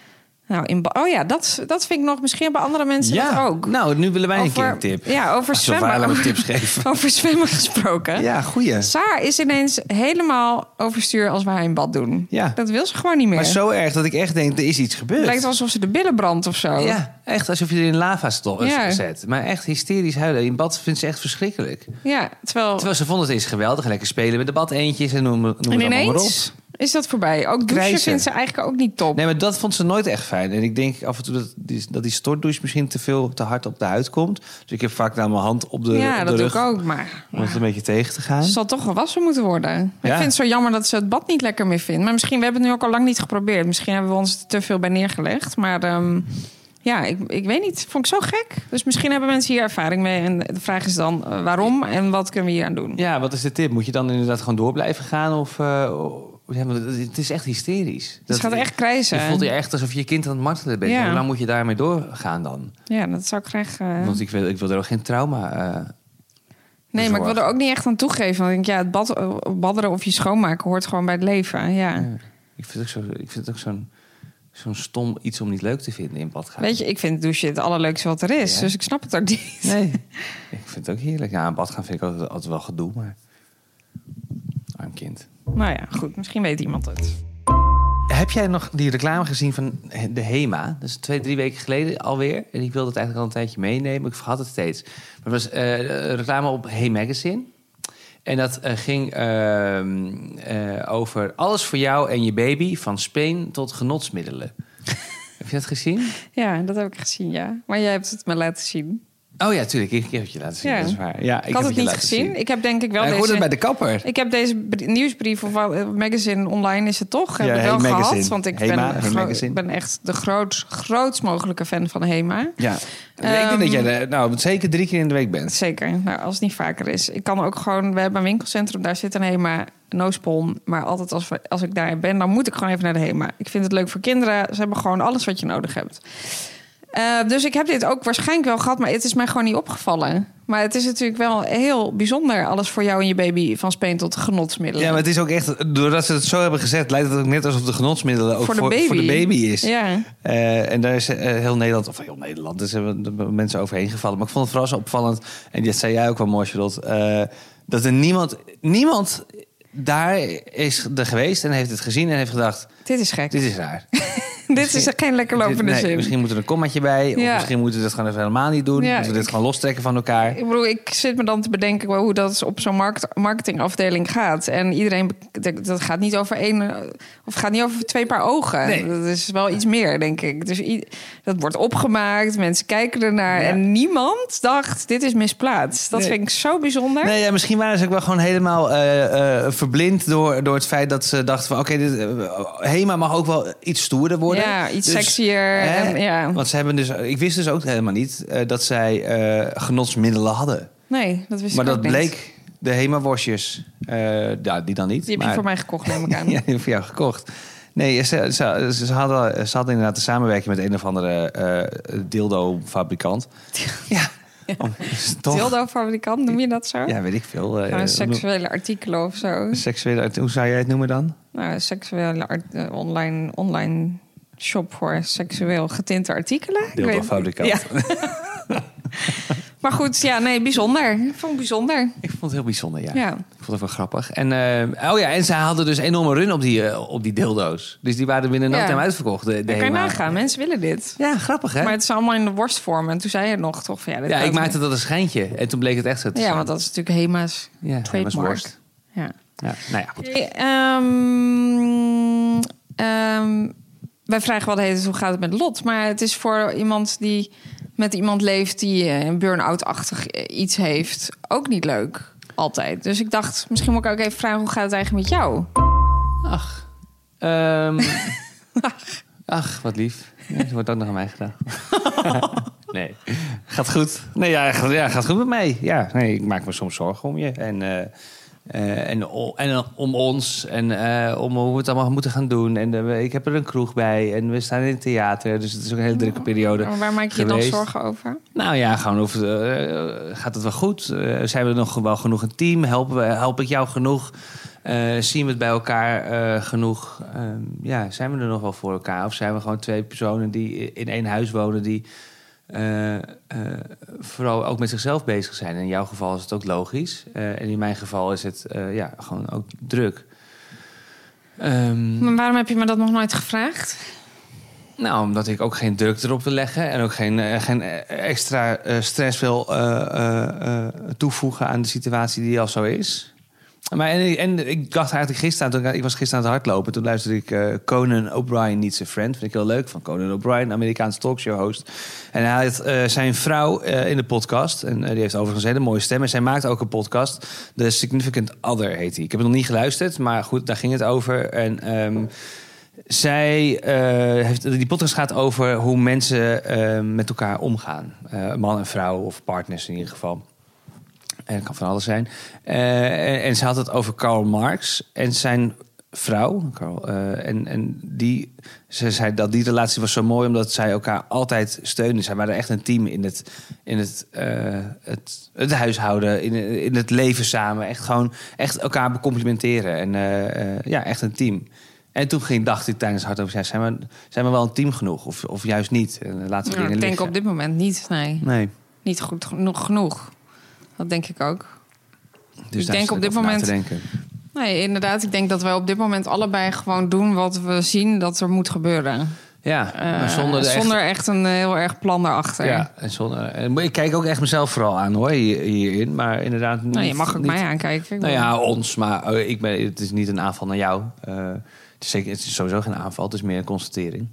Nou, in ba- oh ja, dat, dat vind ik nog... Misschien bij andere mensen Ja, dat ook. nou, nu willen wij een Over- keer een tip. Ja, over Als we zwemmen. laten we tips geven. Over zwemmen gesproken. Ja, goeie. Saar is ineens helemaal overstuur als we haar in bad doen. Ja. Dat wil ze gewoon niet meer. Maar zo erg dat ik echt denk, er is iets gebeurd. Het lijkt alsof ze de billen brandt of zo. Ja, echt alsof je er in lava sto- Ja. zet. Maar echt hysterisch huilen. In bad vindt ze echt verschrikkelijk. Ja, terwijl... Terwijl ze vonden het eens geweldig. Lekker spelen met de badeentjes en noem, noem het en allemaal maar op. ineens is dat voorbij. Ook douchen Krijzen. vindt ze eigenlijk ook niet top. Nee, maar dat vond ze nooit echt fijn. En ik denk af en toe dat die, dat die stortdouche misschien te veel te hard op de huid komt. Dus ik heb vaak nou mijn hand op de, ja, op dat de doe rug. ik ook. Maar Om het een beetje tegen te gaan. ze zal toch gewassen moeten worden. Ja. Ik vind het zo jammer dat ze het bad niet lekker meer vindt. Maar misschien, we hebben het nu ook al lang niet geprobeerd. Misschien hebben we ons er te veel bij neergelegd. Maar um, ja, ik, ik weet niet. Vond ik zo gek. Dus misschien hebben mensen hier ervaring mee. En de vraag is dan uh, waarom en wat kunnen we hier aan doen? Ja, wat is de tip? Moet je dan inderdaad gewoon door blijven gaan? Of, uh, ja, maar het is echt hysterisch. Het gaat echt krijzen. Je voelt je echt alsof je je kind aan het martelen bent. Ja. Hoe lang moet je daarmee doorgaan dan? Ja, dat zou ik graag... Uh... Want ik wil, ik wil er ook geen trauma uh, Nee, maar ik wil bezorgen. er ook niet echt aan toegeven. Want ik denk, ja, het bad, uh, badderen of je schoonmaken hoort gewoon bij het leven. Ja. Ja. Ik vind het ook, zo, ik vind het ook zo'n, zo'n stom iets om niet leuk te vinden in bad gaan. Weet je, ik vind douchen het allerleukste wat er is. Ja. Dus ik snap het ook niet. Nee, ik vind het ook heerlijk. Ja, in bad gaan vind ik altijd, altijd wel gedoe, maar... Arm kind. Nou ja, goed. Misschien weet iemand het. Heb jij nog die reclame gezien van de HEMA? Dat is twee, drie weken geleden alweer. En ik wilde het eigenlijk al een tijdje meenemen. Ik vergat het steeds. Maar het was uh, een reclame op Hey Magazine. En dat uh, ging uh, uh, over alles voor jou en je baby. Van speen tot genotsmiddelen. Heb je dat gezien? Ja, dat heb ik gezien, ja. Maar jij hebt het me laten zien. Oh ja, tuurlijk. Ik heb het je laten zien. Ja. Dat is waar. Ja, ik, Ik had heb het je niet laten gezien. zien. Ik heb denk ik wel Ja, ik hoorde deze... het bij de kapper. Ik heb deze br- nieuwsbrief of uh, magazine online is het toch? Heb Ja, ik wel Hey gehad. Magazine. Want ik Hema, ben, Hey gro- Magazine. ik ben echt de groot, grootst mogelijke fan van Hema. Ja. ik denk dat jij er, nou, zeker drie keer in de week bent. Zeker, nou, als het niet vaker is. Ik kan ook gewoon, we hebben een winkelcentrum, daar zit een Hema, Noospoon. Maar altijd als, we, als ik daar ben, dan moet ik gewoon even naar de Hema. Ik vind het leuk voor kinderen. Ze hebben gewoon alles wat je nodig hebt. Uh, dus ik heb dit ook waarschijnlijk wel gehad, maar het is mij gewoon niet opgevallen. Maar het is natuurlijk wel heel bijzonder. Alles voor jou en je baby, van speen tot genotsmiddelen. Ja, maar het is ook echt, doordat ze het zo hebben gezet, lijkt het ook net alsof de genotsmiddelen ook Voor voor de de, baby. voor de baby is. Ja. Uh, en daar is uh, heel Nederland, of heel Nederland, dus hebben mensen overheen gevallen. Maar ik vond het vooral zo opvallend, en dat zei jij ook wel mooi, Charlotte, uh, dat er niemand, niemand daar is er geweest en heeft het gezien en heeft gedacht, Dit is gek. dit is raar. Dit is geen lekker lopende dit, nee, zin. Misschien moet er een kommaatje bij. Of Ja. misschien moeten we dit gewoon even helemaal niet doen. Ja, moeten we dit ik- gewoon lostrekken van elkaar. Ik bedoel, ik zit me dan te bedenken wel hoe dat op zo'n markt, marketingafdeling gaat. En iedereen, be- dat gaat niet over één, of gaat niet over twee paar ogen. Nee. Dat is wel iets meer, denk ik. Dus i- dat wordt opgemaakt, mensen kijken ernaar. Ja. En niemand dacht, dit is misplaatst. Dat Nee. vind ik zo bijzonder. Nee, ja, misschien waren ze ook wel gewoon helemaal uh, uh, verblind door, door het feit dat ze dachten van oké, dit uh, Hema mag ook wel iets stoerder worden. Ja, iets Dus, sexier. hè, En, ja. Want ze hebben dus, ik wist dus ook helemaal niet uh, dat zij uh, genotsmiddelen hadden. Nee, dat wist Maar ik dat ook niet. bleek, de Hema-worstjes, uh, ja, die dan niet. Die heb maar, je voor mij gekocht, neem ik aan. ja, die heb ik voor jou gekocht. Nee, ze, ze, ze, hadden, ze hadden inderdaad een samenwerking met een of andere uh, dildo-fabrikant. Ja. Om, toch? Dildo-fabrikant, noem je dat zo? Ja, weet ik veel. Uh, Gewoon seksuele artikelen of zo. Seksuele, hoe zou jij het noemen dan? Nou, seksuele art, uh, online, online shop voor seksueel getinte artikelen. Ik weet- Dildo-fabrikant. Ja. Maar goed, ja, nee, bijzonder. Ik vond het bijzonder. Ik vond het heel bijzonder, ja. Ja. Ik vond het wel grappig. En, uh, oh ja, en zij hadden dus enorme run op die, uh, op die dildo's. Dus die waren binnen no Ja. time uitverkocht. De, de Dat kan je Hema. nagaan, mensen willen dit. Ja, grappig hè? Maar het is allemaal in de worstvorm. En toen zei je nog toch van ja... Dit ja, kan ik het maakte niet. dat een schijntje. En toen bleek het echt zo te Ja, zijn. want dat is natuurlijk Hema's ja, trademark. worst. Ja. Ja, nou ja, goed. Hey, um, um, wij vragen wel de hele tijd hoe gaat het met Lot. Maar het is voor iemand die met iemand leeft die een burn-out-achtig iets heeft ook niet leuk. Altijd. Dus ik dacht, misschien moet ik ook even vragen hoe gaat het eigenlijk met jou? Ach. Um, ach, wat lief. Ja, er wordt ook nog aan mij gedacht. Nee, gaat goed. Nee, ja, gaat, ja, gaat goed met mij. Ja, nee, ik maak me soms zorgen om je. En, uh, uh, en, o, en uh, om ons. En uh, om hoe we het allemaal moeten gaan doen. En uh, ik heb er een kroeg bij. En we staan in het theater. Dus het is ook een hele drukke periode. Maar waar maak je je dan geweest. zorgen over? Nou ja, gewoon of, uh, gaat het wel goed? Uh, zijn we nog wel genoeg een team? Helpen we, help ik jou genoeg? Uh, zien we het bij elkaar uh, genoeg? Uh, ja, zijn we er nog wel voor elkaar? Of zijn we gewoon twee personen die in één huis wonen... die uh, uh, vooral ook met zichzelf bezig zijn? In jouw geval is het ook logisch. Uh, en in mijn geval is het uh, ja, gewoon ook druk. Um, maar waarom heb je me dat nog nooit gevraagd? Nou, omdat ik ook geen druk erop wil leggen... en ook geen, uh, geen extra uh, stress wil uh, uh, uh, toevoegen aan de situatie die al zo is. Maar en, en ik dacht eigenlijk gisteren... Toen, ik was gisteren aan het hardlopen... toen luisterde ik uh, Conan O'Brien Needs a Friend. Vind ik heel leuk, van Conan O'Brien, een Amerikaanse talkshow-host. En hij had uh, zijn vrouw uh, in de podcast... en uh, die heeft overigens een hele mooie stem... en zij maakt ook een podcast. The Significant Other heet hij. Ik heb het nog niet geluisterd, maar goed, daar ging het over. En... Um, Zij uh, heeft, die podcast gaat over hoe mensen uh, met elkaar omgaan. Uh, man en vrouw of partners in ieder geval. En het kan van alles zijn. Uh, en, en ze had het over Karl Marx en zijn vrouw. Karl, uh, en, en die, ze zei dat die relatie was zo mooi omdat zij elkaar altijd steunden. Zij waren echt een team in het, in het, uh, het, het huishouden, in, in het leven samen. Echt gewoon echt elkaar becomplimenteren. En uh, uh, ja, echt een team. En toen ging, dacht ik tijdens hardlopen, zijn we, zijn we wel een team genoeg? Of, of juist niet? En laten we ja, dingen ik denk liggen. op dit moment niet, nee. Nee. Niet goed genoeg, genoeg. Dat denk ik ook. Dus ik denk op dit moment... denken. Nee, inderdaad. Ik denk dat wij op dit moment allebei gewoon doen wat we zien dat er moet gebeuren. Ja, uh, maar zonder, zonder echt... echt een heel erg plan daarachter. Ja, en zonder... En ik kijk ook echt mezelf vooral aan, hoor, hier, hierin. Maar inderdaad niet... Nou, je mag ook niet... mij aankijken. Nou ja, ons. Maar uh, ik ben, het is niet een aanval naar jou. Uh, het, is zeker, het is sowieso geen aanval. Het is meer een constatering.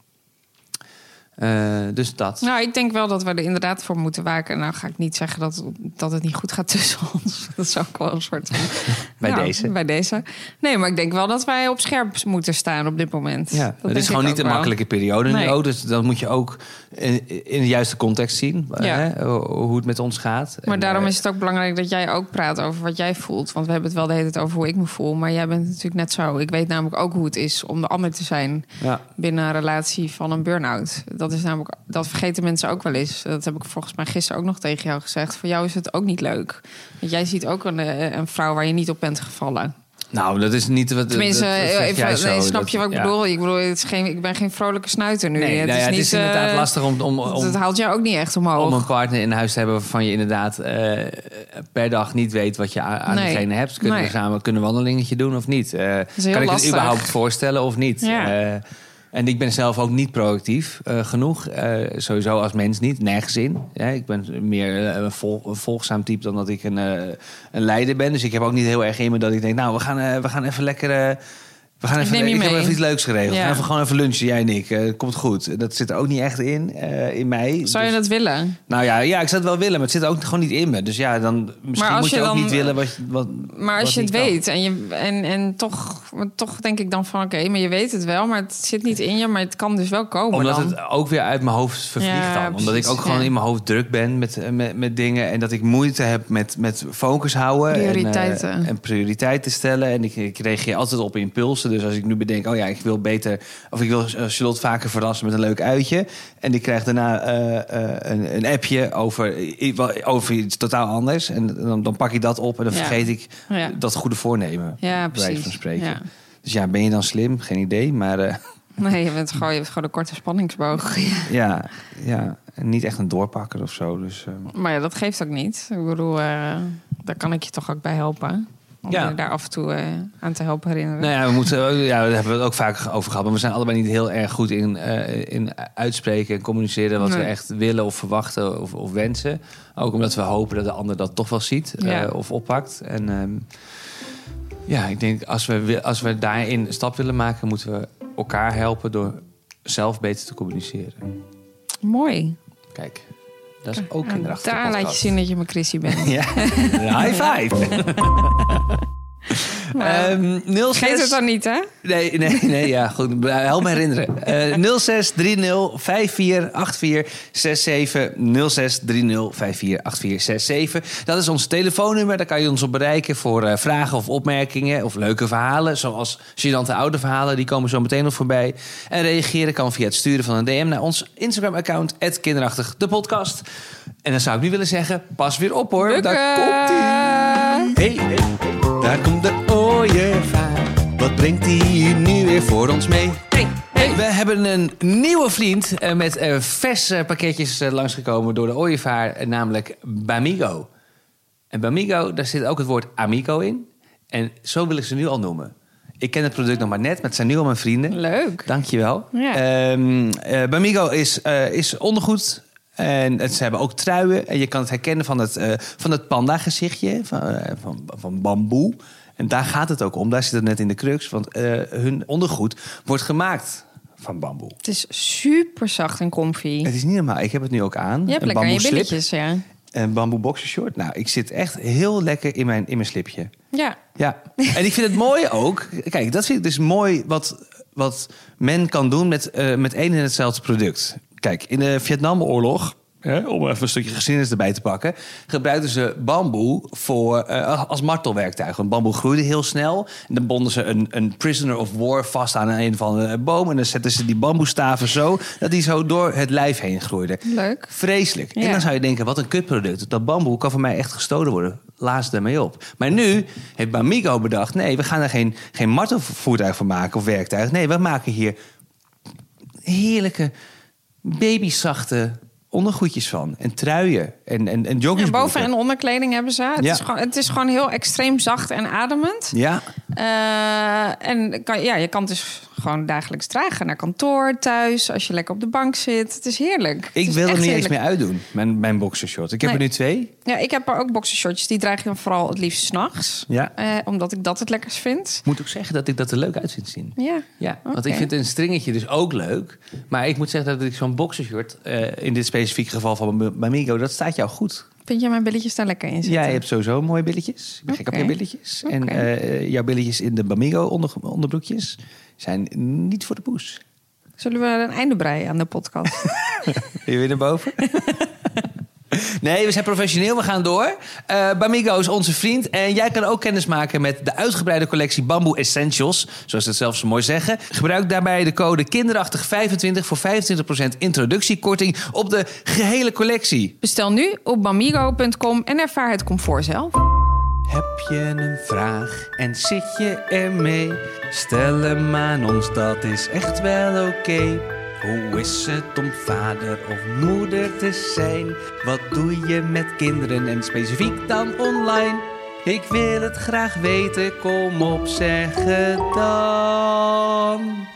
Uh, dus dat. Nou, ik denk wel dat we er inderdaad voor moeten waken. Nou ga ik niet zeggen dat, dat het niet goed gaat tussen ons. Dat is ook wel een soort van... bij nou, deze? Bij deze. Nee, maar ik denk wel dat wij op scherp moeten staan op dit moment. Ja, dat het is gewoon niet een wel. makkelijke periode nee. nu ook. Dus dat moet je ook in, in de juiste context zien. Ja. Hè, hoe het met ons gaat. Maar en, daarom uh, is het ook belangrijk dat jij ook praat over wat jij voelt. Want we hebben het wel de hele tijd over hoe ik me voel. Maar jij bent natuurlijk net zo. Ik weet namelijk ook hoe het is om de ander te zijn... Ja. binnen een relatie van een burn-out. Dat is namelijk... Dat vergeten mensen ook wel eens. Dat heb ik volgens mij gisteren ook nog tegen jou gezegd. Voor jou is het ook niet leuk. Want jij ziet ook een, een vrouw waar je niet op bent gevallen. Nou, dat is niet wat. Tenminste, dat, dat even, nee, zo, snap dat, je wat ik ja. bedoel? Ik bedoel, het is geen, ik ben geen vrolijke snuiter nu. Nee, het, nou is ja, niet, het is inderdaad uh, lastig om, om, om... Het haalt jou ook niet echt omhoog. Om een partner in huis te hebben waarvan je inderdaad uh, per dag niet weet wat je aan, aan nee. diegene hebt. Kunnen nee. we samen kunnen een wandelingetje doen of niet? Uh, kan ik lastig. het überhaupt voorstellen of niet? Ja. Uh, En ik ben zelf ook niet proactief uh, genoeg. Uh, sowieso als mens niet, nergens in. Ja, ik ben meer uh, een, vol, een volgzaam type dan dat ik een, uh, een leider ben. Dus ik heb ook niet heel erg in me dat ik denk... nou, we gaan, uh, we gaan even lekker... Uh, we gaan even, ik, ik heb even iets leuks geregeld. Ja. We gaan even gewoon even lunchen, jij en ik. Uh, komt goed. Dat zit er ook niet echt in, uh, in mij. Zou je dus, dat willen? Nou ja, ja, ik zou het wel willen, maar het zit ook gewoon niet in me. Dus ja, dan misschien moet je, je ook dan, niet willen wat, wat maar als wat je het kan. weet en, je, en, en toch, toch denk ik dan van... oké, okay, maar je weet het wel, maar het zit niet in je... maar het kan dus wel komen Omdat dan. het ook weer uit mijn hoofd vervliegt ja, dan. precies, Omdat ik ook gewoon ja. in mijn hoofd druk ben met, met, met dingen... en dat ik moeite heb met, met focus houden. Prioriteiten. En, uh, en prioriteiten stellen. En ik, ik reageer altijd op impulsen. Dus als ik nu bedenk, oh ja, ik wil beter... of ik wil Charlotte vaker verrassen met een leuk uitje... en die krijgt daarna uh, uh, een, een appje over, over iets totaal anders... en dan, dan pak ik dat op en dan ja. vergeet ik ja. dat goede voornemen. Ja, precies. Van spreken. Ja. Dus ja, ben je dan slim? Geen idee, maar... Uh, nee, je, bent gewoon, je hebt gewoon een korte spanningsboog. ja, ja. En niet echt een doorpakker of zo. Dus, uh... Maar ja, dat geeft ook niet. Ik bedoel, uh, daar kan ik je toch ook bij helpen. Om ja. je daar af en toe uh, aan te helpen herinneren. Nou ja, we moeten, ja, daar hebben we het ook vaak over gehad. Maar we zijn allebei niet heel erg goed in, uh, in uitspreken en communiceren... wat nee. we echt willen of verwachten of, of wensen. Ook omdat we hopen dat de ander dat toch wel ziet uh, ja. of oppakt. En um, ja, ik denk als we, als we daarin een stap willen maken... moeten we elkaar helpen door zelf beter te communiceren. Mooi. Kijk, dat is ook kinderachtig. Daar laat je zien dat je mijn Chrissy bent. Ja, high five. Nou, um, nul zes... Vergeet het dan niet, hè? Nee, nee, nee, ja, goed. Help me herinneren. Uh, nul zes drie nul vijf vier acht vier zes zeven. nul zes drie nul vijf vier acht vier zes zeven. Dat is ons telefoonnummer. Daar kan je ons op bereiken voor uh, vragen of opmerkingen of leuke verhalen. Zoals gênante oude verhalen. Die komen zo meteen nog voorbij. En reageren kan via het sturen van een D M naar ons Instagram-account. at kinderachtig de podcast. En dan zou ik nu willen zeggen, pas weer op hoor. Bukken. Daar komt-ie. Hey, hey, daar komt de ooievaar. Wat brengt hij nu weer voor ons mee? Hey, hey. We hebben een nieuwe vriend uh, met uh, verse pakketjes uh, langsgekomen door de ooievaar, uh, namelijk Bamigo. En Bamigo, daar zit ook het woord amigo in. En zo wil ik ze nu al noemen. Ik ken het product nog maar net, maar het zijn nu al mijn vrienden. Leuk. Dankjewel. Ja. Um, uh, Bamigo is, uh, is ondergoed. En het, ze hebben ook truien. En je kan het herkennen van het, uh, van het panda-gezichtje. Van, uh, van, van bamboe. En daar gaat het ook om. Daar zit het net in de crux. Want uh, hun ondergoed wordt gemaakt van bamboe. Het is super zacht en comfy. Het is niet normaal. Ik heb het nu ook aan. Je hebt een lekker aan je bamboe billetjes, slip. ja. Een bamboe boxershort. Nou, ik zit echt heel lekker in mijn, in mijn slipje. Ja. Ja. En ik vind het mooi ook. Kijk, dat vind ik dus mooi wat, wat men kan doen met, uh, met één en hetzelfde product. Kijk, in de Vietnamoorlog, hè, om even een stukje geschiedenis erbij te pakken, gebruikten ze bamboe voor, uh, als martelwerktuig. Want bamboe groeide heel snel. En dan bonden ze een, een prisoner of war vast aan een van de boom. En dan zetten ze die bamboestaven zo dat die zo door het lijf heen groeide. Leuk. Vreselijk. Ja. En dan zou je denken, wat een kutproduct. Dat bamboe kan voor mij echt gestolen worden. Laat ze ermee op. Maar nu heeft Bamigo bedacht, nee, we gaan er geen, geen martelvoertuig van maken of werktuig. Nee, we maken hier heerlijke, babyzachte ondergoedjes van. En truien. En, en, en Ja, joggingsbroeken. boven- en onderkleding hebben ze. Het, Ja. is gewoon, het is gewoon heel extreem zacht en ademend. Ja. Uh, en kan, ja, je kan het dus gewoon dagelijks dragen. Naar kantoor, thuis, als je lekker op de bank zit. Het is heerlijk. Ik het is wil hem echt niet eens heerlijk. meer uitdoen, mijn, mijn boxershort. Ik heb Nee. er nu twee. Ja, ik heb er ook boxershortjes. Die draag je dan vooral het liefst 's nachts. Ja. Uh, omdat ik dat het lekkerst vind. Ik moet ook zeggen dat ik dat er leuk uit vind zien. Ja. Ja, want Oké. ik vind een stringetje dus ook leuk. Maar ik moet zeggen dat ik zo'n boxershort, uh, in dit specifieke geval van Bamigo, dat staat jou goed. Vind jij mijn billetjes daar lekker in zitten? Jij hebt sowieso mooie billetjes. Ik ben gek op Oké. je billetjes. En Oké. uh, jouw billetjes in de Bamigo onder, onderbroekjes zijn niet voor de poes. Zullen we een einde breien aan de podcast? Wil je weer naar boven? Nee, we zijn professioneel. We gaan door. Uh, Bamigo is onze vriend. En jij kan ook kennis maken met de uitgebreide collectie Bamboe Essentials. Zoals ze het zelf zo mooi zeggen. Gebruik daarbij de code kinderachtig vijfentwintig voor vijfentwintig procent introductiekorting op de gehele collectie. Bestel nu op bamigo punt com en ervaar het comfort zelf. Heb je een vraag en zit je ermee? Stel hem aan ons, dat is echt wel oké. Okay. Hoe is het om vader of moeder te zijn? Wat doe je met kinderen en specifiek dan online? Ik wil het graag weten, kom op, zeg het dan.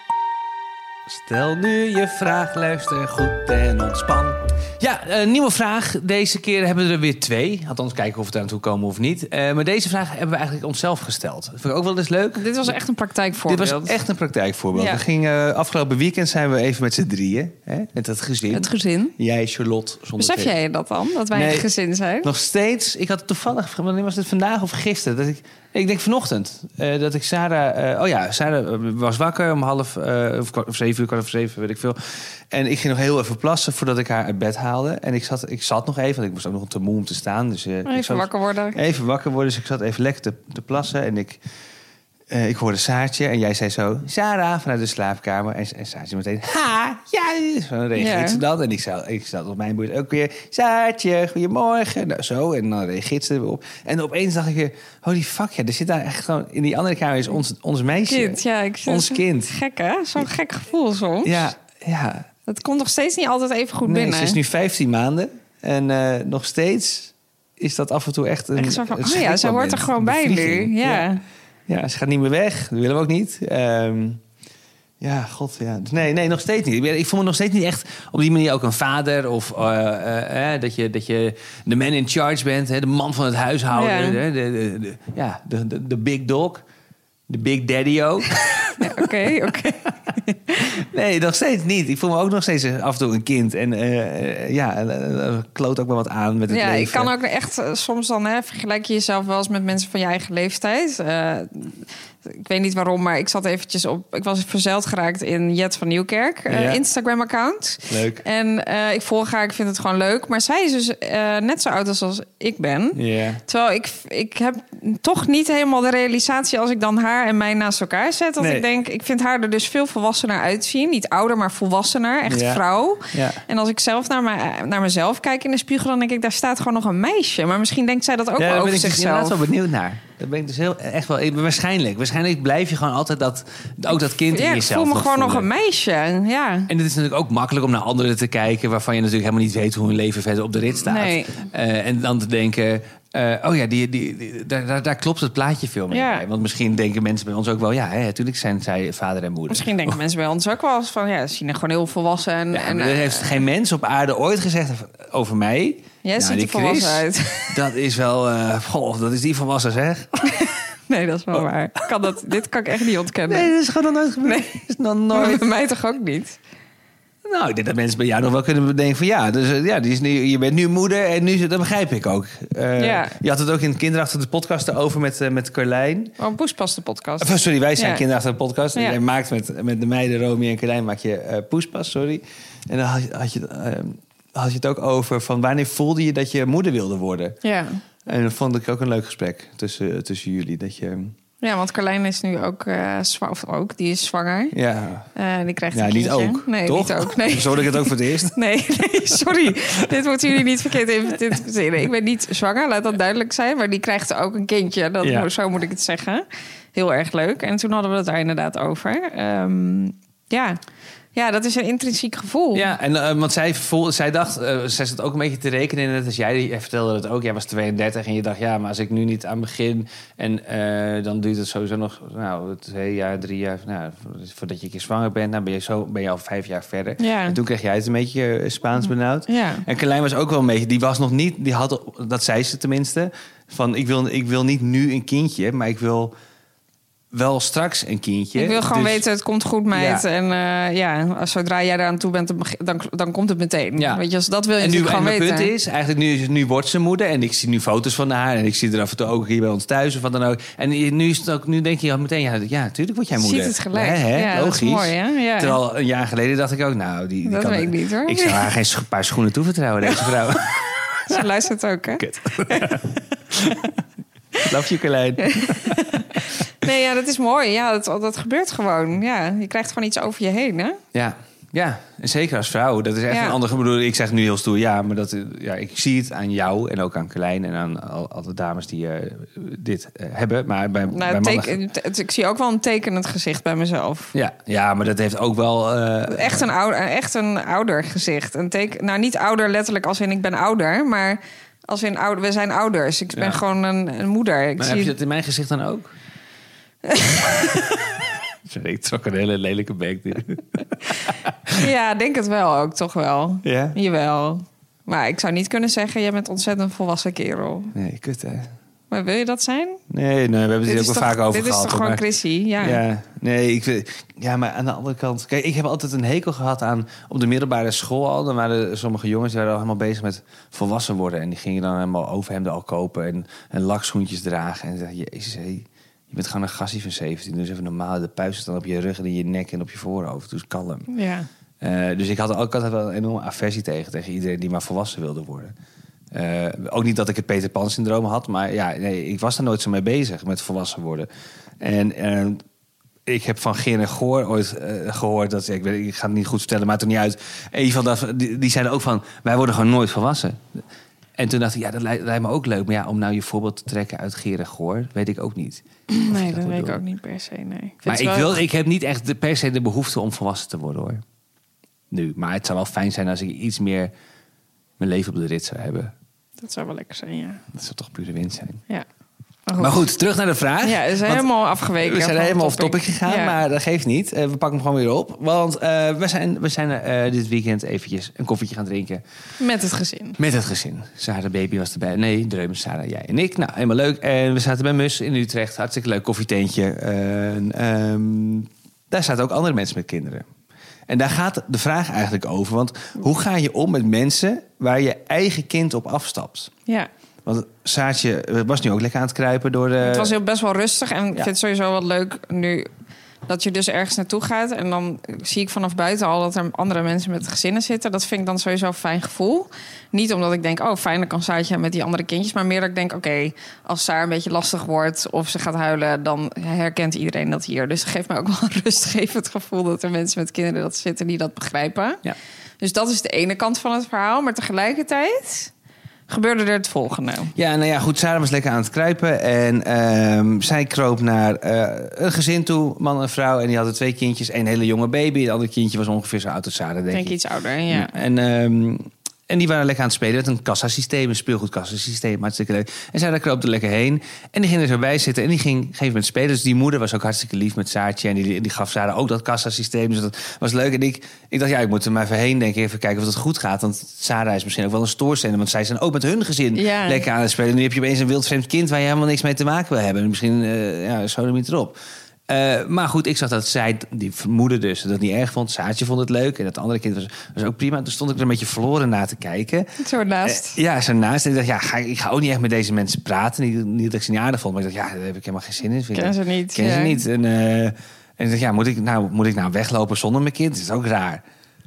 Stel nu je vraag, luister goed en ontspan. Ja, een nieuwe vraag. Deze keer hebben we er weer twee. Althans, kijken of we er aan toe komen of niet. Uh, maar deze vraag hebben we eigenlijk onszelf gesteld. Dat vind ik ook wel eens leuk. Dit was echt een praktijkvoorbeeld. Dit was echt een praktijkvoorbeeld. Ja. We gingen, uh, afgelopen weekend zijn we even met z'n drieën. Hè, met het gezin. Het gezin. Jij, Charlotte. Zonder Besef jij dat dan? Dat wij Nee, een gezin zijn? Nog steeds. Ik had het toevallig, wanneer was het vandaag of gisteren? Dat ik, ik denk vanochtend. Uh, dat ik Sarah... Uh, oh ja, Sarah was wakker om half... Uh, of, kwart, of zeven uur, kwart of zeven, weet ik veel. En ik ging nog heel even plassen voordat ik haar uit bed haalde. En ik zat, ik zat nog even, want ik was ook nog te moe om te staan. Dus, uh, Even ik zat, wakker worden. Even wakker worden. Dus ik zat even lekker te, te plassen. En ik, uh, ik hoorde Saartje. En jij zei zo, Sarah, vanuit de slaapkamer. En, en Saartje meteen, ha, ja. Zo reageert Ja. ze dan. En ik zat, ik zat op mijn boeit ook weer, Saartje, goedemorgen. Nou, zo. En dan reageert ze er weer op. En opeens dacht ik weer, holy fuck, ja, er zit daar echt gewoon... In die andere kamer is ons, ons meisje. Kind, ja. Ik vind Ons het kind. Gek, hè? Zo'n gek gevoel soms. Ja, ja. Het komt nog steeds niet altijd even goed Nee, binnen. ze is nu vijftien maanden. En uh, nog steeds is dat af en toe echt een... Echt zo van, een oh ja, ze hoort er schrikmoment. gewoon bij nu. Bevlieging. Ja. Ja. Ja, ze gaat niet meer weg. Dat willen we ook niet. Um, ja, god, ja. Dus nee, nee, nog steeds niet. Ik voel me nog steeds niet echt op die manier ook een vader. Of uh, uh, uh, dat, je, dat je de man in charge bent. Hè, de man van het huishouden. Ja. De, de, de, de, ja, de, de, de big dog. De big daddy ook. Oké, oké. Okay. Nee, nog steeds niet. Ik voel me ook nog steeds af en toe een kind. En uh, ja, uh, kloot ook wel wat aan met het ja, leven. ik kan ook echt uh, soms dan hè, vergelijk je jezelf wel eens met mensen van je eigen leeftijd. Uh, Ik weet niet waarom, maar ik zat eventjes op... Ik was verzeild geraakt in Jet van Nieuwkerk, uh, Ja. Instagram-account. Leuk. En uh, ik volg haar, ik vind het gewoon leuk. Maar zij is dus uh, net zo oud als, als ik ben. Ja. Terwijl ik, ik heb toch niet helemaal de realisatie... als ik dan haar en mij naast elkaar zet... dat Nee. ik denk, ik vind haar er dus veel volwassener uitzien. Niet ouder, maar volwassener. Echt Ja. vrouw. Ja. En als ik zelf naar, mij, naar mezelf kijk in de spiegel... dan denk ik, daar staat gewoon nog een meisje. Maar misschien denkt zij dat ook Ja, wel daar ben over ik dus inderdaad zichzelf. wel benieuwd naar. Daar ben ik dus heel echt wel. Waarschijnlijk. Waarschijnlijk blijf je gewoon altijd dat. Ook dat kind Ja, in ik jezelf. voel me nog gewoon nog voelen. een meisje. Ja. En het is natuurlijk ook makkelijk om naar anderen te kijken. Waarvan je natuurlijk helemaal niet weet hoe hun leven verder op de rit staat. Nee. Uh, en dan te denken. Uh, oh ja, die, die, die, daar, daar, daar klopt het plaatje veel meer Ja. bij. Want misschien denken mensen bij ons ook wel. Ja, hè, natuurlijk zijn zij vader en moeder. Misschien denken mensen bij ons ook wel eens van... ja, ze zien er gewoon heel volwassen. En, Ja, en, maar er heeft geen mens op aarde ooit gezegd over mij. Jij Nou, ziet die er volwassen Chris, uit. Dat is wel. Uh, goh, dat is die volwassen zeg. Nee, dat is wel waar. Kan dat, dit kan ik echt niet ontkennen. Nee, dat is gewoon nog nooit gebeurd. Nee. is nog Maar nooit. bij mij toch ook niet? Nou, ik denk dat mensen bij jou nog wel kunnen bedenken van ja, dus, uh, ja die is nu, je bent nu moeder en nu, dat begrijp ik ook. Uh, Ja. Je had het ook in Kinderachtig de podcast erover met, uh, met Carlijn. Oh, Poespas de podcast. Of, sorry, wij zijn Ja. Kinderachtig de podcast. En Ja. jij maakt met, met de meiden Romy en Carlijn maak je uh, Poespas, sorry. En dan had je, had, je, uh, had je het ook over van wanneer voelde je dat je moeder wilde worden? Ja. En dat vond ik ook een leuk gesprek tussen, tussen jullie. Dat je, Ja, want Carlijn is nu ook uh, zwanger. Of ook, die is zwanger. ja, Uh, die krijgt ja een niet kindje. ook. Nee, toch? niet ook. Nee. Zo hoorde ik het ook voor het eerst. Nee, nee, sorry. Dit moeten jullie niet verkeerd interpreteren. Ik ben niet zwanger, laat dat duidelijk zijn. Maar die krijgt ook een kindje. Dat, Ja. Zo moet ik het zeggen. Heel erg leuk. En toen hadden we het daar inderdaad over. Um, ja. ja, dat is een intrinsiek gevoel. Ja, en, uh, want zij, vol, zij dacht, uh, zij zat ook een beetje te rekenen. Net als jij, jij vertelde het ook. Jij was tweeëndertig en je dacht, ja, maar als ik nu niet aan begin... en uh, dan duurt het sowieso nog nou, twee jaar, drie jaar... Nou, voordat je een keer zwanger bent, dan ben je, zo, ben je al vijf jaar verder. Ja. En toen kreeg jij het een beetje Spaans benauwd. Ja. En Carlijn was ook wel een beetje... Die was nog niet, die had, dat zei ze tenminste... van ik wil, ik wil niet nu een kindje, maar ik wil... wel straks een kindje. Ik wil gewoon dus, weten, het komt goed, meid. Ja. En uh, ja, als zodra jij eraan toe bent, dan, dan komt het meteen. Ja. Weet je, als dat wil je en nu, natuurlijk en gewoon mijn weten. punt is, eigenlijk nu, nu wordt ze moeder... en ik zie nu foto's van haar... en ik zie er af en toe ook hier bij ons thuis of wat dan ook. En nu, is het ook, nu denk je al meteen... ja, ja, natuurlijk word jij moeder. Ziet het gelijk. Hè, hè? Ja, logisch. dat is mooi, hè? Ja. Terwijl een jaar geleden dacht ik ook... nou, die, die Dat kan weet ik niet, hoor. Ik zou haar geen sch- paar schoenen toevertrouwen, deze vrouw. Ze luistert ook, hè? Kut. Love you, Carlijn. Nee, ja, dat is mooi. Ja, dat, dat gebeurt gewoon. Ja, je krijgt gewoon iets over je heen, hè? Ja, ja, en zeker als vrouw. Dat is echt Ja. een andere... Ik bedoel, ik zeg nu heel stoer ja, maar dat, ja, ik zie het aan jou en ook aan Carlijn... en aan al, al de dames die uh, dit uh, hebben. Maar bij, Nou, bij het mannen... teken, het- ik zie ook wel een tekenend gezicht bij mezelf. Ja, ja, maar dat heeft ook wel... Uh, Echt een ouder, echt een ouder gezicht. Een teken, nou, niet ouder letterlijk als in ik ben ouder, maar als in ouder, we zijn ouders. Ik ben Ja. gewoon een, een moeder. Ik maar zie... heb je dat in mijn gezicht dan ook? Sorry, ik trok een hele lelijke bek. Ja, denk het wel ook, toch wel. Ja? Jawel. Maar ik zou niet kunnen zeggen, jij bent een ontzettend volwassen kerel. Nee, kut hè. Maar wil je dat zijn? Nee, nee, we hebben het hier ook is wel toch, vaak over dit gehad. is toch gewoon maar- Chrissy? Ja. Ja, nee, ik vind, ja, maar aan de andere kant... Kijk, ik heb altijd een hekel gehad aan... Op de middelbare school al, dan waren sommige jongens... die waren al helemaal bezig met volwassen worden. En die gingen dan helemaal overhemden al kopen... en, en lakschoentjes dragen. En dan dacht ik, jezus, hé, je bent gewoon een gassie van zeventien. Dus even normaal, de puisten dan op je rug en in je nek en op je voorhoofd. Dus kalm. Ja. Uh, dus ik had ook altijd wel een enorme aversie tegen... tegen iedereen die maar volwassen wilde worden. Uh, ook niet dat ik het Peter Pan syndroom had... maar ja, nee, ik was daar nooit zo mee bezig met volwassen worden. En uh, ik heb van Geer en Goor ooit uh, gehoord... dat ik, weet, ik ga het niet goed vertellen, maakt er niet uit. Een van dat, die, die zeiden ook van... wij worden gewoon nooit volwassen. En toen dacht ik, ja, dat lijkt, lijkt me ook leuk. Maar ja, om nou je voorbeeld te trekken uit Geer en Goor... weet ik ook niet. Nee, dat dat weet ik doen. ook niet per se, nee. Ik vind Maar het ik, wel- wil, ik heb niet echt de, per se de behoefte om volwassen te worden, hoor. Nu, maar het zou wel fijn zijn als ik iets meer... mijn leven op de rit zou hebben. Dat zou wel lekker zijn, ja. Dat zou toch pure winst zijn. Ja. Maar goed, terug naar de vraag. Ja, we zijn Want helemaal afgeweken. we zijn van helemaal het off topic gegaan, Ja. maar dat geeft niet. Uh, we pakken hem gewoon weer op. Want uh, we zijn, we zijn uh, dit weekend eventjes een koffietje gaan drinken. Met het gezin. Met het gezin. Sarah de baby was erbij. Nee, Dreum, Sarah, jij en ik. Nou, helemaal leuk. En we zaten bij Mus in Utrecht. Hartstikke leuk koffietentje. Uh, um, daar zaten ook andere mensen met kinderen. En daar gaat de vraag eigenlijk over. Want hoe ga je om met mensen waar je eigen kind op afstapt? Ja. Want Saartje was nu ook lekker aan het kruipen door de... Het was heel best wel rustig. En ik Ja. vind het sowieso wel leuk nu dat je dus ergens naartoe gaat. En dan zie ik vanaf buiten al dat er andere mensen met gezinnen zitten. Dat vind ik dan sowieso een fijn gevoel. Niet omdat ik denk, oh fijn, dan kan Saartje met die andere kindjes. Maar meer dat ik denk, oké, okay, als Saar een beetje lastig wordt of ze gaat huilen, dan herkent iedereen dat hier. Dus het geeft mij ook wel een rustgevend gevoel dat er mensen met kinderen dat zitten die dat begrijpen. Ja. Dus dat is de ene kant van het verhaal. Maar tegelijkertijd gebeurde er het volgende. Ja, nou ja, goed. Sarah was lekker aan het kruipen. En um, zij kroop naar uh, een gezin toe, man en vrouw. En die hadden twee kindjes, een hele jonge baby. Het andere kindje was ongeveer zo oud als Sarah, denk ik. Denk iets ouder, ja. En, um, en die waren lekker aan het spelen met een kassasysteem, een speelgoedkassasysteem. Hartstikke leuk. En Sarah kroop er lekker heen. En die ging er zo bij zitten en die ging op een gegeven moment spelen. Dus die moeder was ook hartstikke lief met Saartje. En die, die gaf Sarah ook dat kassasysteem. Dus dat was leuk. En ik, ik dacht, ja, ik moet er maar even heen denken. Even kijken of het goed gaat. Want Sarah is misschien ook wel een stoorzender. Want zij zijn ook met hun gezin ja. lekker aan het spelen. En nu heb je opeens een wildvreemd kind waar je helemaal niks mee te maken wil hebben. En misschien, uh, ja, zo niet erop. Uh, maar goed, ik zag dat zij, die vermoedde dus, dat het niet erg vond. Saartje vond het leuk en dat andere kind was, was ook prima. Toen stond ik er een beetje verloren naar te kijken. Zo naast. Uh, ja, zo naast. En ik dacht, ja, ga, ik ga ook niet echt met deze mensen praten. Niet, niet dat ik ze niet aardig vond, maar ik dacht, ja, daar heb ik helemaal geen zin in. Ken ze niet. Ken ja. ze niet. En, uh, en ik dacht, ja, moet ik, nou, moet ik nou weglopen zonder mijn kind? Dat is ook raar.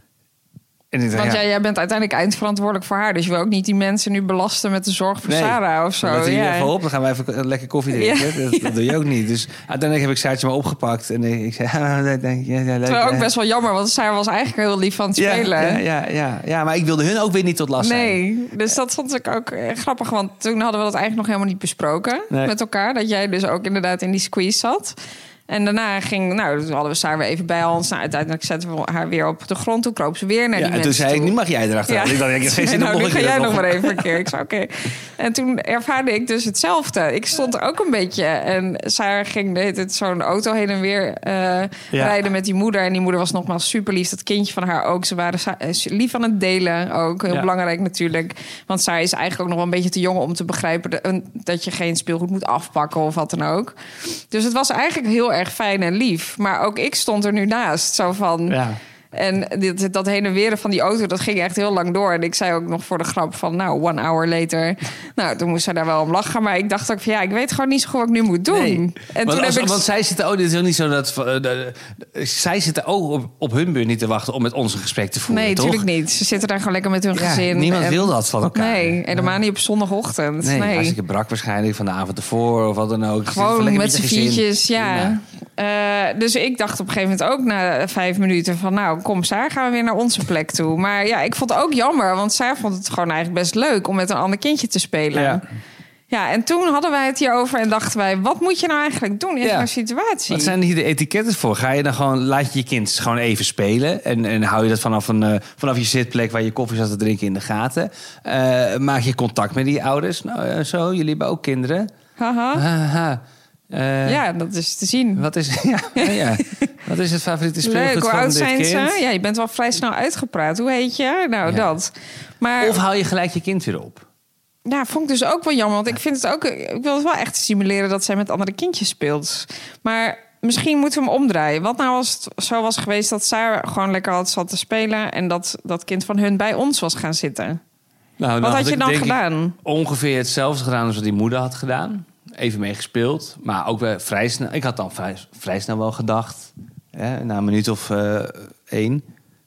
En ik dacht, Want ja, jij bent uiteindelijk eindverantwoordelijk voor haar. Dus je wil ook niet die mensen nu belasten met de zorg voor nee, Sarah of zo. Dan ja. je even op, dan gaan we even lekker koffie drinken. Ja. Dat, dat doe je ook niet. Dus uiteindelijk heb ik Saartje maar opgepakt. En ik zei, ja, ja, leuk. Terwijl ook best wel jammer, want Sarah was eigenlijk heel lief van het ja, spelen. Ja, ja, ja, ja, maar ik wilde hun ook weer niet tot last zijn. Nee, dus dat vond ik ook eh, grappig. Want toen hadden we dat eigenlijk nog helemaal niet besproken nee. met elkaar. Dat jij dus ook inderdaad in die squeeze zat. En daarna ging, nou, toen hadden we Saar weer even bij ons. Nou, uiteindelijk zetten we haar weer op de grond. Toen kroop ze weer naar ja, die en mensen toen zei toe. ik, nu mag jij erachteraan. Ja. Ik dacht, ik heb geen zin nou, om nu ga jij nog nog maar even een keer. Ik zei, oké. Okay. En toen ervaarde ik dus hetzelfde. Ik stond er ook een beetje. En Saar ging de hele tijd zo'n auto heen en weer uh, ja. rijden met die moeder. En die moeder was nogmaals super lief. Dat kindje van haar ook. Ze waren lief aan het delen ook. Heel ja. belangrijk natuurlijk. Want Saar is eigenlijk ook nog wel een beetje te jong om te begrijpen dat je geen speelgoed moet afpakken of wat dan ook. Dus het was eigenlijk heel erg fijn en lief. Maar ook ik stond er nu naast. Zo van. Ja. En dit, dat heen en weer van die auto, dat ging echt heel lang door. En ik zei ook nog voor de grap van, nou, one hour later. Nou, toen moest zij daar wel om lachen. Maar ik dacht ook van, ja, ik weet gewoon niet zo goed wat ik nu moet doen. Nee. En want, toen als, heb ik... want zij zitten ook, dit is ook niet zo dat... Uh, de, de, zij zitten ook op, op hun beurt niet te wachten om met ons een gesprek te voeren, nee, toch? natuurlijk niet. Ze zitten daar gewoon lekker met hun ja, gezin. Niemand en... wil dat van elkaar. Nee, helemaal ja. niet op zondagochtend. Nee, nee. hartstikke brak waarschijnlijk van de avond ervoor of wat dan ook. Gewoon met z'n viertjes, ja. ja. Uh, dus ik dacht op een gegeven moment ook na vijf minuten van, nou, kom Saar, gaan we weer naar onze plek toe. Maar ja, ik vond het ook jammer, want Saar vond het gewoon eigenlijk best leuk om met een ander kindje te spelen. Ja. Ja, en toen hadden wij het hierover en dachten wij, wat moet je nou eigenlijk doen in ja. zo'n situatie? Wat zijn hier de etiketten voor? Ga je dan gewoon, laat je je kind gewoon even spelen en, en hou je dat vanaf, een, uh, vanaf je zitplek waar je koffie zat te drinken in de gaten? Uh, maak je contact met die ouders? Nou, uh, zo, jullie hebben ook kinderen. Haha. Haha. Uh, ja, dat is te zien. Wat is, ja, ja. Wat is het favoriete speelgoed Leuk, hoe van oud dit zijn kind? Ze? Ja, je bent wel vrij snel uitgepraat. Hoe heet je? Nou, ja. dat. Maar, of haal je gelijk je kind weer op? Ja, vond ik dus ook wel jammer. Want ik vind het ook. Ik wil het wel echt stimuleren dat zij met andere kindjes speelt. Maar misschien moeten we hem omdraaien. Wat nou als het zo was geweest dat Saar gewoon lekker had zat te spelen en dat dat kind van hun bij ons was gaan zitten? Nou, wat had, had je dan ik, gedaan? Ongeveer hetzelfde gedaan als wat die moeder had gedaan. Even mee gespeeld, maar ook weer vrij snel. Ik had dan vrij, vrij snel wel gedacht, hè, na een minuut of uh, één.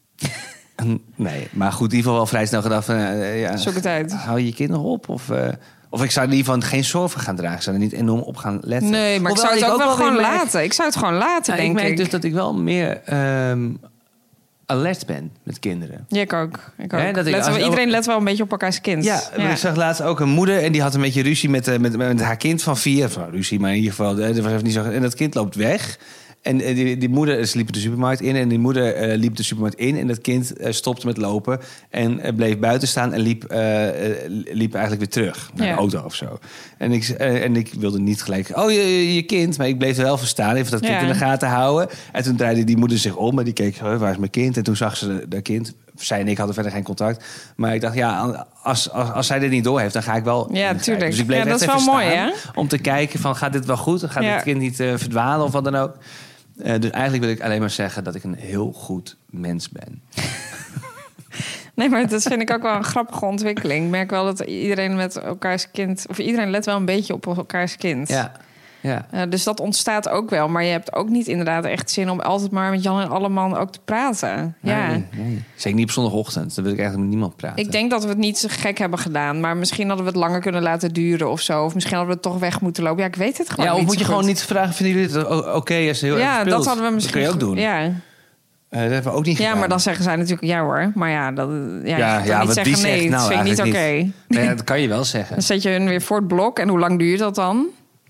Nee, maar goed, in ieder geval wel vrij snel gedacht van, uh, ja, zoek het uit. Hou je je kind nog op? Of, uh, of ik zou in ieder geval geen zorgen gaan dragen. Ik zou er niet enorm op gaan letten. Nee, maar Hoewel ik zou het ook, ook wel gewoon merk, laten. Ik zou het gewoon laten, nou, denk ik. Ik merk ik. dus dat ik wel meer um, alert ben met kinderen. Ja, ik ook. Ik ook. Ja, dat ik, let wel, ik, iedereen let wel een beetje op elkaars kind. Ja, ja. Ik zag laatst ook een moeder en die had een beetje ruzie met, uh, met, met haar kind van vier. Van, ruzie, maar in ieder geval, dat was even niet zo. En dat kind loopt weg. En die, die moeder, ze liep de supermarkt in en die moeder uh, liep de supermarkt in en dat kind uh, stopte met lopen en uh, bleef buiten staan en liep, uh, uh, liep eigenlijk weer terug naar ja. de auto of zo. En ik, uh, en ik wilde niet gelijk, oh je, je kind, maar ik bleef er wel voor staan, even dat kind ja. in de gaten houden. En toen draaide die moeder zich om en die keek zo, waar is mijn kind? En toen zag ze dat kind. Zij en ik hadden verder geen contact. Maar ik dacht, ja, als, als, als zij dit niet door heeft, dan ga ik wel. Ja, tuurlijk. Dus ik bleef ja, dat echt is wel mooi, staan hè? Om te kijken van, gaat dit wel goed? Gaat ja. het kind niet uh, verdwalen of wat dan ook? Uh, dus eigenlijk wil ik alleen maar zeggen dat ik een heel goed mens ben. Nee, maar dat vind ik ook wel een grappige ontwikkeling. Ik merk wel dat iedereen met elkaars kind... of iedereen let wel een beetje op elkaars kind. Ja. Ja. Uh, dus dat ontstaat ook wel. Maar je hebt ook niet inderdaad echt zin om altijd maar met Jan en Alleman ook te praten. Nee, ja. nee. Zeker niet op zondagochtend. Dan wil ik eigenlijk met niemand praten. Ik denk dat we het niet zo gek hebben gedaan. Maar misschien hadden we het langer kunnen laten duren of zo. Of misschien hadden we het toch weg moeten lopen. Ja, ik weet het gewoon ja, niet. Of moet je goed. gewoon niet vragen, vinden jullie het oké okay als ze heel ja, erg dat hadden we misschien... Dat kun je ook doen. Ja. Uh, dat hebben we ook niet gedaan. Ja, maar dan zeggen zij natuurlijk ja hoor. Maar ja, dat, ja, ja, je ja, niet wat zeggen die nee. zegt, nou, dat vind ik niet oké. Okay. Nee, dat kan je wel zeggen. Dan zet je hun weer voor het blok. En hoe lang duurt dat dan?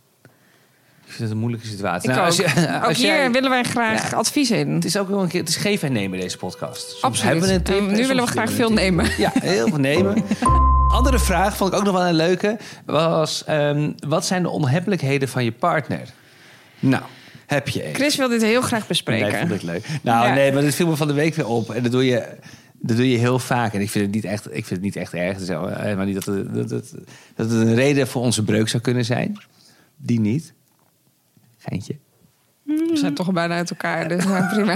Ik vind het een moeilijke situatie. Ik nou, ook. Als je, als ook hier jij, willen wij graag ja, advies in. Het is ook wel een keer, het is geven en nemen deze podcast. Soms Absoluut. hebben we een tip, en nu willen we graag veel nemen. Ja, heel veel nemen. Andere vraag vond ik ook nog wel een leuke. Was, um, wat zijn de onhebbelijkheden van je partner? Nou, heb je even. Chris wil dit heel graag bespreken. Nee, vond ik leuk. Nou, ja. nee, maar dit viel me van de week weer op. En dat doe je, dat doe je heel vaak. En ik vind het niet echt, ik vind het niet echt erg. Dus, maar niet dat, het, dat, het, dat het een reden voor onze breuk zou kunnen zijn. Die niet. Geintje. We zijn toch bijna uit elkaar, dus maar prima.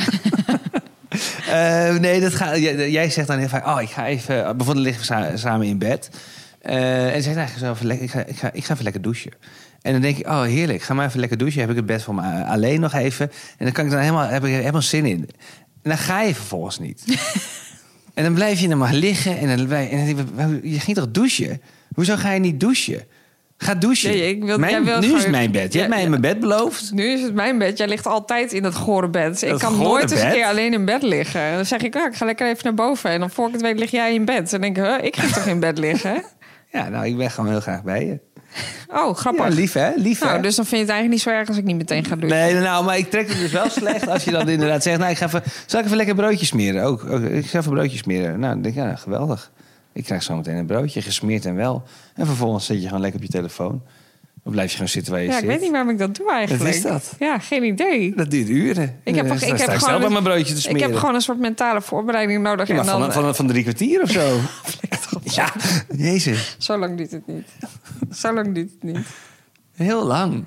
uh, nee, dat gaat, jij, jij zegt dan heel vaak... Oh, ik ga even... Bijvoorbeeld liggen we samen in bed. Uh, en zegt eigenlijk zo even lekker... Ik ga, ik, ga, ik ga even lekker douchen. En dan denk ik, oh heerlijk, ga maar even lekker douchen. Heb ik het bed voor me alleen nog even. En dan kan ik dan helemaal, heb ik er helemaal zin in. En dan ga je vervolgens niet. En dan blijf je er maar liggen. En dan, blijf, en dan denk ik, je ging toch douchen? Hoezo ga je niet douchen? Ga douchen. Nee, ik wil, mijn, wil nu gewoon, is het mijn bed. Je ja, hebt mij in mijn bed beloofd. Nu is het mijn bed. Jij ligt altijd in dat gore bed. Ik dat kan nooit eens een bed? keer alleen in bed liggen. Dan zeg ik, nou, ik ga lekker even naar boven. En dan voor ik het weet lig jij in bed. En dan denk ik, huh, ik ga toch in bed liggen? Ja, nou, ik ben gewoon heel graag bij je. Oh, grappig. Ja, lief hè? Lief, nou, hè? dus dan vind je het eigenlijk niet zo erg als ik niet meteen ga douchen. Nee, nou, maar ik trek het dus wel slecht als je dan inderdaad zegt... Nou, ik ga even, zal ik even lekker broodjes smeren? Ook, ook ik ga even broodjes smeren. Nou, dan denk ik, ja, geweldig. Ik krijg zo meteen een broodje, gesmeerd en wel. En vervolgens zit je gewoon lekker op je telefoon. Of blijf je gewoon zitten waar je ja, zit. ik weet niet waarom ik dat doe eigenlijk. Wat is dat? Ja, geen idee. Dat duurt uren. Ik heb, dan ik sta heb ik gewoon zelf bij mijn broodje te smeren. Ik heb gewoon een soort mentale voorbereiding nodig. Ja, maar en dan, van, van, van drie kwartier of zo. Ja, jezus. Zo lang duurt het niet. Zo lang duurt het niet. Heel lang.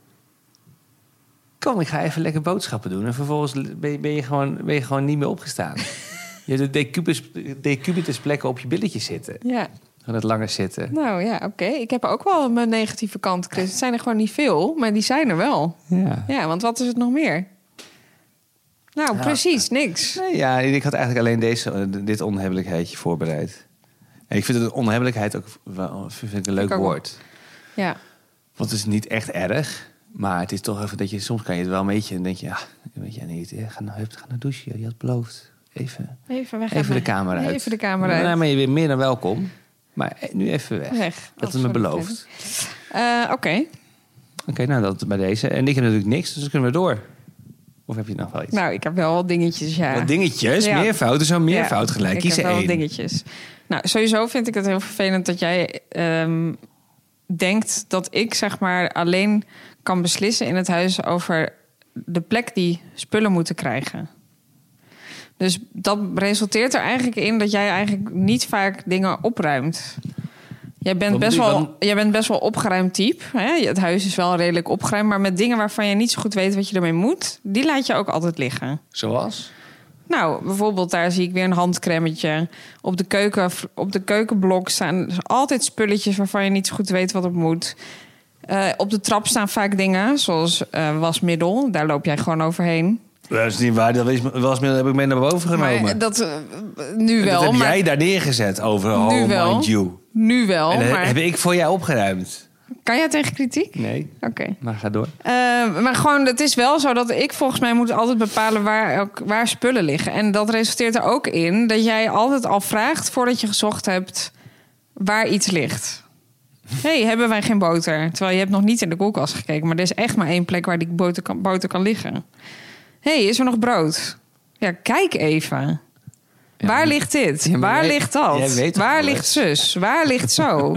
Kom, ik ga even lekker boodschappen doen. En vervolgens ben je, ben je, gewoon, ben je gewoon niet meer opgestaan. Je hebt de decubitus, decubitus plekken op je billetjes zitten. Ja. Van het langer zitten. Nou ja, oké. Okay. Ik heb ook wel mijn negatieve kant, Chris. Het zijn er gewoon niet veel, maar die zijn er wel. Ja, ja want wat is het nog meer? Nou, ja. precies, niks. Nee, ja, ik had eigenlijk alleen deze, dit onhebbelijkheidje voorbereid. En ik vind het onhebbelijkheid ook wel, vind ik een leuk ik woord. Ja. Want het is niet echt erg. Maar het is toch even dat je... Soms kan je het wel een beetje... En denk je, ja, weet je niet. Ga nou, ga nou douchen. Je had beloofd. Even, even, weg, even de kamer uit. Even de kamer uit. Nou, maar je bent meer dan welkom. Maar nu even weg. Weg. Dat is me beloofd. Uh, Oké. Okay. Oké, okay, nou dat bij deze. En ik heb natuurlijk niks, dus dan kunnen we door. Of heb je nog wel iets? Nou, ik heb wel wat dingetjes, ja. Wat dingetjes? Ja. Meervoud? Dus een meervoud ja, gelijk. Kies er één. Ik heb wel dingetjes. Nou, sowieso vind ik het heel vervelend dat jij um, denkt dat ik zeg maar alleen kan beslissen in het huis over de plek die spullen moeten krijgen. Dus dat resulteert er eigenlijk in dat jij eigenlijk niet vaak dingen opruimt. Jij bent, best wel, dan... jij bent best wel opgeruimd type. Hè? Het huis is wel redelijk opgeruimd. Maar met dingen waarvan je niet zo goed weet wat je ermee moet... die laat je ook altijd liggen. Zoals? Nou, bijvoorbeeld daar zie ik weer een handcremmetje. Op de, keuken, op de keukenblok staan altijd spulletjes... waarvan je niet zo goed weet wat het moet. Uh, op de trap staan vaak dingen, zoals uh, wasmiddel. Daar loop jij gewoon overheen. Dat is niet waar. Dat wasmiddel heb ik mee naar boven genomen. Maar dat, uh, nu wel. Dat heb maar... jij daar neergezet overal, nu wel. mind you. Nu wel, en dat maar... heb ik voor jou opgeruimd. Kan jij tegen kritiek? Nee. Oké. Okay. Maar ga door. Uh, maar gewoon, het is wel zo dat ik volgens mij moet altijd bepalen waar, waar spullen liggen. En dat resulteert er ook in dat jij altijd al vraagt voordat je gezocht hebt waar iets ligt. Hé, hey, hebben wij geen boter? Terwijl je hebt nog niet in de koelkast gekeken. Maar er is echt maar één plek waar die boter kan, boter kan liggen. Hé, hey, is er nog brood? Ja, kijk even. Ja, waar ligt dit? Ja, waar jij, ligt dat? Waar ligt zus? Waar ligt zo?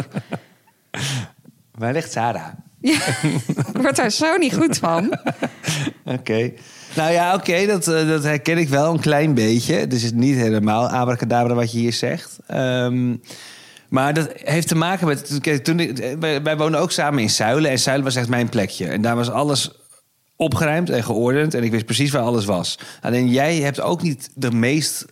Waar ligt Sarah? Ja, ik word daar zo niet goed van. Oké. Okay. Nou ja, oké, okay, dat, uh, dat herken ik wel een klein beetje. Dus het is niet helemaal abracadabra wat je hier zegt. Um, maar dat heeft te maken met... Kijk, toen ik, wij, wij woonden ook samen in Zuilen. En Zuilen was echt mijn plekje. En daar was alles opgeruimd en geordend. En ik wist precies waar alles was. Alleen jij hebt ook niet de meest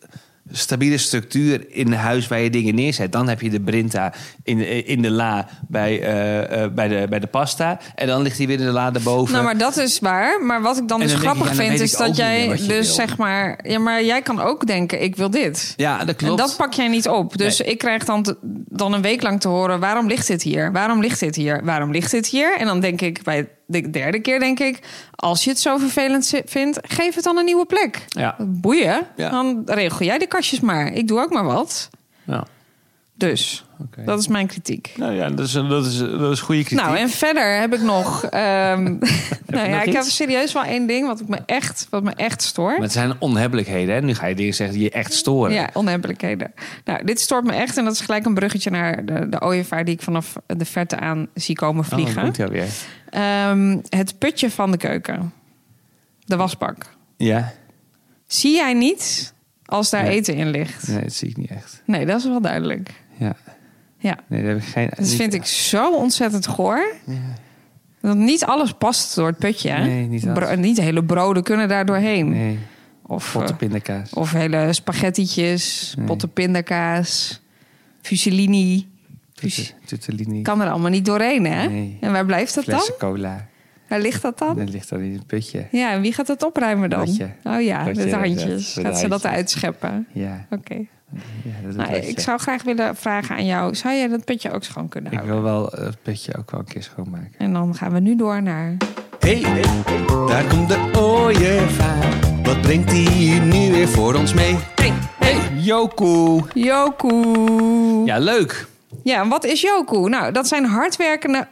stabiele structuur in huis waar je dingen neerzet. Dan heb je de Brinta in de, in de la bij, uh, uh, bij, de, bij de pasta. En dan ligt hij weer in de la daarboven. Nou, maar dat is waar. Maar wat ik dan, dan dus grappig ik, ja, vind, is dat jij dus wil. zeg maar... Ja, maar jij kan ook denken, ik wil dit. Ja, dat klopt. En dat pak jij niet op. Dus nee. ik krijg dan, te, dan een week lang te horen... waarom ligt dit hier? Waarom ligt dit hier? Waarom ligt dit hier? En dan denk ik, bij de derde keer denk ik... als je het zo vervelend vindt, geef het dan een nieuwe plek. Ja. Boeien. Ja. Dan regel jij de kastjes maar. Ik doe ook maar wat. Ja. Dus, okay. dat is mijn kritiek. Nou ja, dat is, dat is, dat is goede kritiek. Nou, en verder heb ik nog... Um, nou ja, ik heb serieus wel één ding wat, ik me echt, wat me echt stoort. Maar het zijn onhebbelijkheden, hè? Nu ga je dingen zeggen die je echt storen. Ja, onhebbelijkheden. Nou, dit stoort me echt. En dat is gelijk een bruggetje naar de, de ooievaar... die ik vanaf de verte aan zie komen vliegen. Oh, goed, ja, um, het putje van de keuken. De wasbak. Ja. Zie jij niet... als daar nee. eten in ligt? Nee, dat zie ik niet echt. Nee, dat is wel duidelijk. Ja. Ja. Nee, daar heb ik geen... Dat vind ik zo ontzettend goor. Ja. Want niet alles past door het putje. Hè? Nee, niet alles. Bro- niet de hele broden kunnen daar doorheen. Nee. Of potten pindakaas. Of hele spaghettietjes, nee. potten pindakaas, fusilini. Fus- Tutellini. Kan er allemaal niet doorheen, hè? Nee. En waar blijft dat Flessen dan? cola. Waar ligt dat dan? Dat ligt dan in het putje. Ja, en wie gaat het opruimen dan? Rotje. Oh ja, Rotje, met de handjes. dat, Gaat ze dat handjes. uitscheppen? Ja. Oké. Okay. Ja, dat nou, ik zou graag willen vragen aan jou... zou jij dat putje ook schoon kunnen ik houden? wil wel het putje ook wel een keer schoonmaken. En dan gaan we nu door naar... Hey, hey, daar komt de ooievaar. Wat brengt hij nu weer voor ons mee? Hey, hey. Yoku. Yoku. Ja, leuk. Ja, wat is Yoku? Nou, dat zijn hardwerkende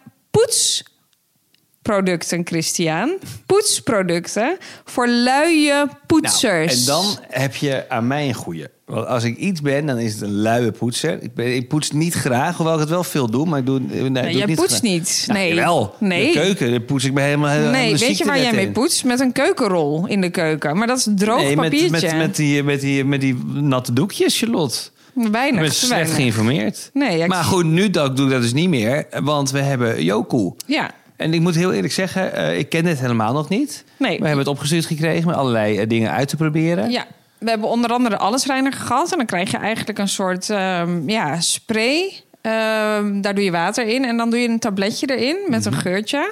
poetsproducten, Christian. Poetsproducten voor luie poetsers. Nou, en dan heb je aan mij een goeie. Want als ik iets ben, dan is het een luie poetser. Ik, ben, ik poets niet graag, hoewel ik het wel veel doe. Maar ik doe, nee, nee, doe jij niet poetst graag. niet. Nou, nee. Wel. Nee. De keuken, daar poets ik me helemaal... helemaal Nee, weet je waar jij mee in. poetst? Met een keukenrol in de keuken. Maar dat is droog nee, papiertje. Met, met, met, die, met, die, met die natte doekjes, Charlotte. Weinig. Ik ben slecht weinig. geïnformeerd. Nee, ik... Maar goed, nu doe ik dat dus niet meer. Want we hebben Yoku. Ja. En ik moet heel eerlijk zeggen, uh, ik ken dit helemaal nog niet. Nee. We hebben het opgestuurd gekregen met allerlei uh, dingen uit te proberen. Ja. We hebben onder andere de allesreiniger gehad. En dan krijg je eigenlijk een soort um, ja, spray. Um, daar doe je water in. En dan doe je een tabletje erin met een geurtje.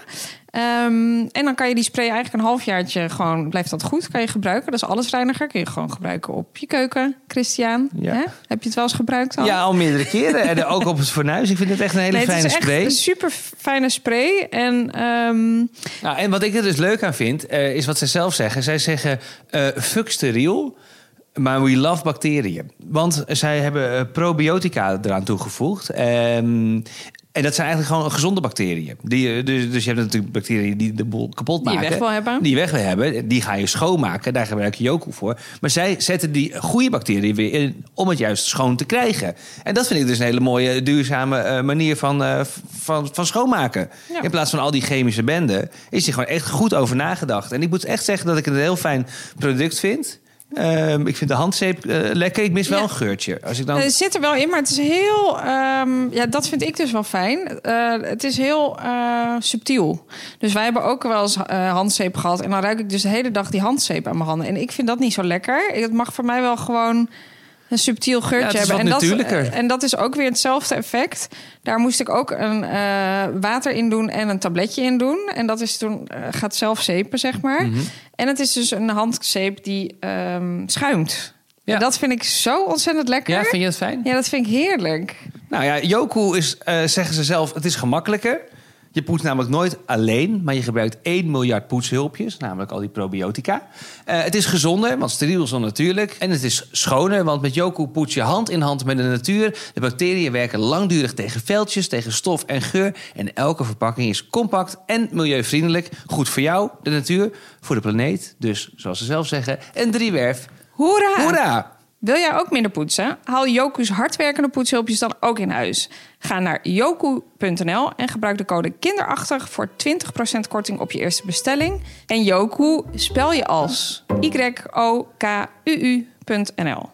Um, en dan kan je die spray eigenlijk een halfjaartje gewoon... blijft dat goed, kan je gebruiken. Dat is allesreiniger. Kun je gewoon gebruiken op je keuken, Christian. Ja. Hè? Heb je het wel eens gebruikt al? Ja, al meerdere keren. En ook op het fornuis. Ik vind het echt een hele nee, fijne spray. Het is echt een super fijne spray. En, um... nou, en wat ik er dus leuk aan vind, uh, is wat zij zelf zeggen. Zij zeggen, uh, fuck steriel... maar we love bacteriën. Want zij hebben uh, probiotica eraan toegevoegd. Um, en dat zijn eigenlijk gewoon gezonde bacteriën. Die, dus, dus je hebt natuurlijk bacteriën die de boel kapot maken. Die je weg wil hebben. Die je weg wil hebben. Die ga je schoonmaken. Daar gebruik je Yoku voor. Maar zij zetten die goede bacteriën weer in om het juist schoon te krijgen. En dat vind ik dus een hele mooie, duurzame uh, manier van, uh, van, van schoonmaken. Ja. In plaats van al die chemische benden is die gewoon echt goed over nagedacht. En ik moet echt zeggen dat ik het een heel fijn product vind. Um, ik vind de handzeep uh, lekker. Ik mis wel ja. een geurtje. Als ik dan... Het zit er wel in, maar het is heel... Um, ja, dat vind ik dus wel fijn. Uh, het is heel uh, subtiel. Dus wij hebben ook wel eens uh, handzeep gehad. En dan ruik ik dus de hele dag die handzeep aan mijn handen. En ik vind dat niet zo lekker. Het mag voor mij wel gewoon een subtiel geurtje ja, het is hebben. Wat en, natuurlijker. dat, en dat is ook weer hetzelfde effect. Daar moest ik ook een uh, water in doen en een tabletje in doen. En dat is toen uh, gaat zelf zeepen, zeg maar. Mm-hmm. En het is dus een handzeep die um, schuimt. Ja. En dat vind ik zo ontzettend lekker. Ja, vind je dat fijn? Ja, dat vind ik heerlijk. Nou ja, Yoku is, uh, zeggen ze zelf, het is gemakkelijker. Je poetst namelijk nooit alleen, maar je gebruikt één miljard poetshulpjes, namelijk al die probiotica. Uh, het is gezonder, want steriel is natuurlijk. En het is schoner, want met Yoku poets je hand in hand met de natuur. De bacteriën werken langdurig tegen veldjes, tegen stof en geur. En elke verpakking is compact en milieuvriendelijk. Goed voor jou, de natuur, voor de planeet. Dus, zoals ze zelf zeggen, een driewerf. Hoera! Hoera! Wil jij ook minder poetsen? Haal Yoku's hardwerkende poetshulpjes dan ook in huis. Ga naar yoku punt n l en gebruik de code kinderachtig voor twintig procent korting op je eerste bestelling. En Yoku spel je als Y O K U U punt n l.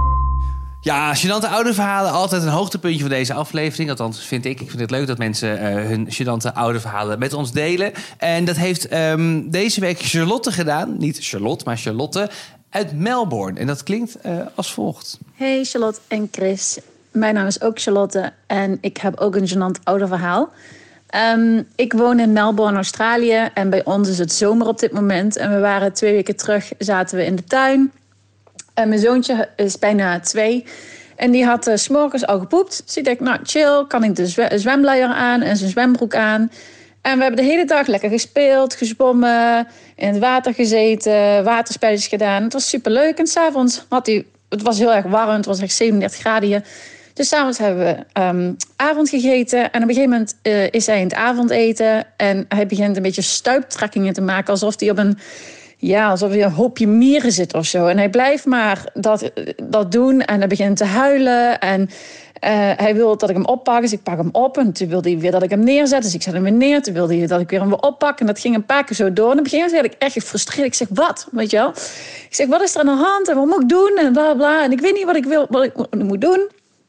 Ja, gênante ouderverhalen, altijd een hoogtepuntje van deze aflevering. Althans, vind ik. Ik vind het leuk dat mensen uh, hun gênante ouderverhalen met ons delen. En dat heeft um, deze week Charlotte gedaan. Niet Charlotte, maar Charlotte. uit Melbourne. En dat klinkt uh, als volgt. Hey Charlotte en Chris. Mijn naam is ook Charlotte en ik heb ook een gênant ouderverhaal. Um, ik woon in Melbourne, Australië. En bij ons is het zomer op dit moment. En we waren twee weken terug, zaten we in de tuin. En mijn zoontje is bijna twee. En die had uh, 's morgens al gepoept. Dus ik dacht, nou chill, kan ik de zwe- zwemluier aan en zijn zwembroek aan. En we hebben de hele dag lekker gespeeld, gezwommen, in het water gezeten, waterspelletjes gedaan. Het was superleuk. En 's avonds had hij, het was heel erg warm, het was echt zevenendertig graden hier. Dus 's avonds hebben we um, avond gegeten. En op een gegeven moment uh, is hij in het avondeten. En hij begint een beetje stuiptrekkingen te maken. Alsof hij op een, ja, alsof hij een hoopje mieren zit of zo. En hij blijft maar dat, dat doen. En hij begint te huilen. En uh, hij wil dat ik hem oppak. Dus ik pak hem op. En toen wilde hij weer dat ik hem neerzet. Dus ik zet hem weer neer. Toen wilde hij dat ik weer hem weer oppak. En dat ging een paar keer zo door. En op een gegeven moment werd ik echt gefrustreerd. Ik zeg, wat? Weet je wel? Ik zeg, wat is er aan de hand? En wat moet ik doen? En bla bla. En ik weet niet wat ik, wil, wat ik, wat ik moet doen.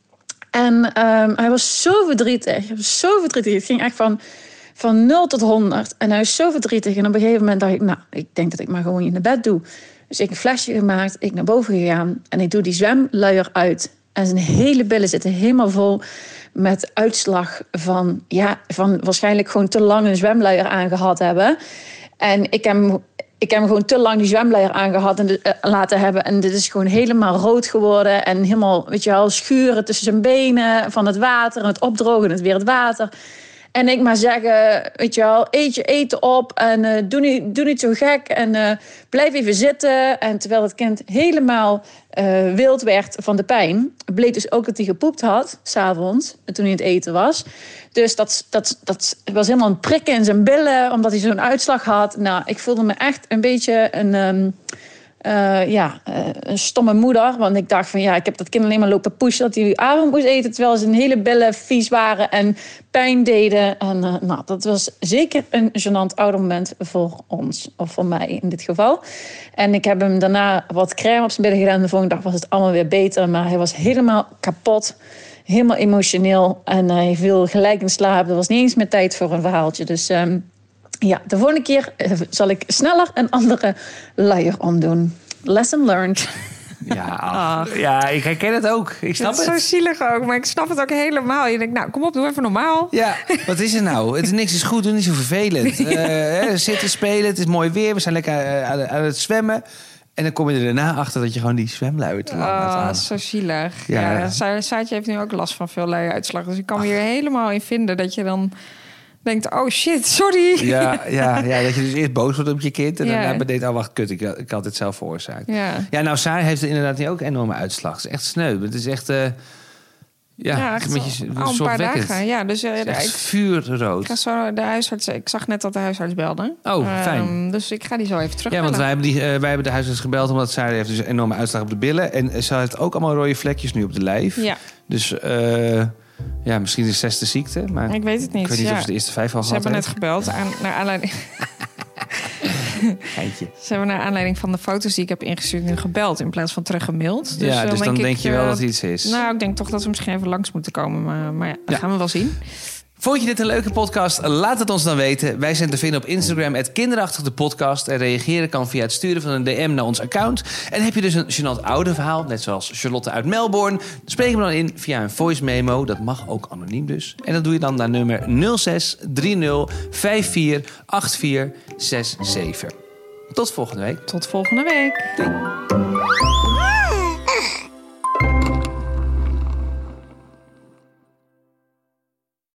En um, hij was zo verdrietig. Hij was zo verdrietig. Het ging echt van, van nul tot honderd. En hij was zo verdrietig. En op een gegeven moment dacht ik, nou, ik denk dat ik maar gewoon in de bed doe. Dus ik een flesje gemaakt, ik naar boven gegaan. En ik doe die zwemluier uit. En zijn hele billen zitten helemaal vol met uitslag van, ja, van waarschijnlijk gewoon te lang een zwemluier aangehad hebben. En ik heb hem... Ik heb hem gewoon te lang die zwemluier aangehad en de, uh, laten hebben. En dit is gewoon helemaal rood geworden. En helemaal, weet je wel, schuren tussen zijn benen van het water. En het opdrogen en het weer het water. En ik maar zeggen, weet je wel, eet je eten op. En uh, doe, niet, doe niet zo gek. En uh, blijf even zitten. En terwijl het kind helemaal uh, wild werd van de pijn. Bleek dus ook dat hij gepoept had, 's avonds, toen hij het eten was. Dus dat, dat, dat was helemaal een prik in zijn billen, omdat hij zo'n uitslag had. Nou, ik voelde me echt een beetje een, um, uh, ja, uh, een stomme moeder. Want ik dacht van, ja, ik heb dat kind alleen maar lopen pushen dat hij avond moest eten, terwijl zijn hele billen vies waren en pijn deden. En uh, nou, dat was zeker een gênant oudermoment voor ons, of voor mij in dit geval. En ik heb hem daarna wat crème op zijn billen gedaan. De volgende dag was het allemaal weer beter, maar hij was helemaal kapot. Helemaal emotioneel en hij viel gelijk in slaap. Er was niet eens meer tijd voor een verhaaltje. Dus um, ja, de volgende keer uh, zal ik sneller een andere luier omdoen. Lesson learned. Ja, ach, ja, ik herken het ook. Ik snap het. Het is zo zielig ook, maar ik snap het ook helemaal. Je denkt, nou, kom op, doe even normaal. Ja, wat is er nou? Het is niks is goed, doe niet zo vervelend. Uh, zitten, spelen, het is mooi weer. We zijn lekker uh, aan, aan het zwemmen. En dan kom je er daarna achter dat je gewoon die zwemluier te lang laat aan. Oh, zo zielig. Ja. Ja, Sa- Saartje heeft nu ook last van veel luieruitslag. Dus ik kan me hier helemaal in vinden dat je dan denkt, oh shit, sorry. Ja, ja, ja, dat je dus eerst boos wordt op je kind. En Ja. daarna bedenkt, oh wacht, kut, ik, ik had dit zelf veroorzaakt. Ja, Ja, nou, Saar heeft er inderdaad nu ook een enorme uitslag. Het is echt sneu. Het is echt, uh, ja, ja echt een beetje al een paar zorgwekkend. dagen. Ja, dus uh, Het is echt ik, vuurrood. ik ga zo de huisarts. Ik zag net dat de huisarts belde. Oh, fijn. Um, dus ik ga die zo even terug. Ja, want wij hebben, die, uh, wij hebben de huisarts gebeld omdat Saar heeft dus een enorme uitslag op de billen. En ze heeft ook allemaal rode vlekjes nu op de lijf. Ja. Dus uh, ja, misschien de zesde ziekte. Maar Ik weet het niet. ik weet niet ja. of ze de eerste vijf al Ze gehad hebben net heeft. gebeld aan, naar aanleiding. Geintje. Ze hebben naar aanleiding van de foto's die ik heb ingestuurd nu gebeld in plaats van teruggemaild. Dus Ja, dus dan denk ik, je wel uh, dat er iets is. Nou, ik denk toch dat we misschien even langs moeten komen. Maar, maar ja, dat Ja. gaan we wel zien. Vond je dit een leuke podcast? Laat het ons dan weten. Wij zijn te vinden op Instagram, het kinderachtig de podcast. En reageren kan via het sturen van een D M naar ons account. En heb je dus een gênant ouderverhaal, net zoals Charlotte uit Melbourne, spreek hem dan in via een voice memo. Dat mag ook anoniem dus. En dat doe je dan naar nummer nul zes drie nul vijf vier acht vier zes zeven. Tot volgende week. Tot volgende week. Doei.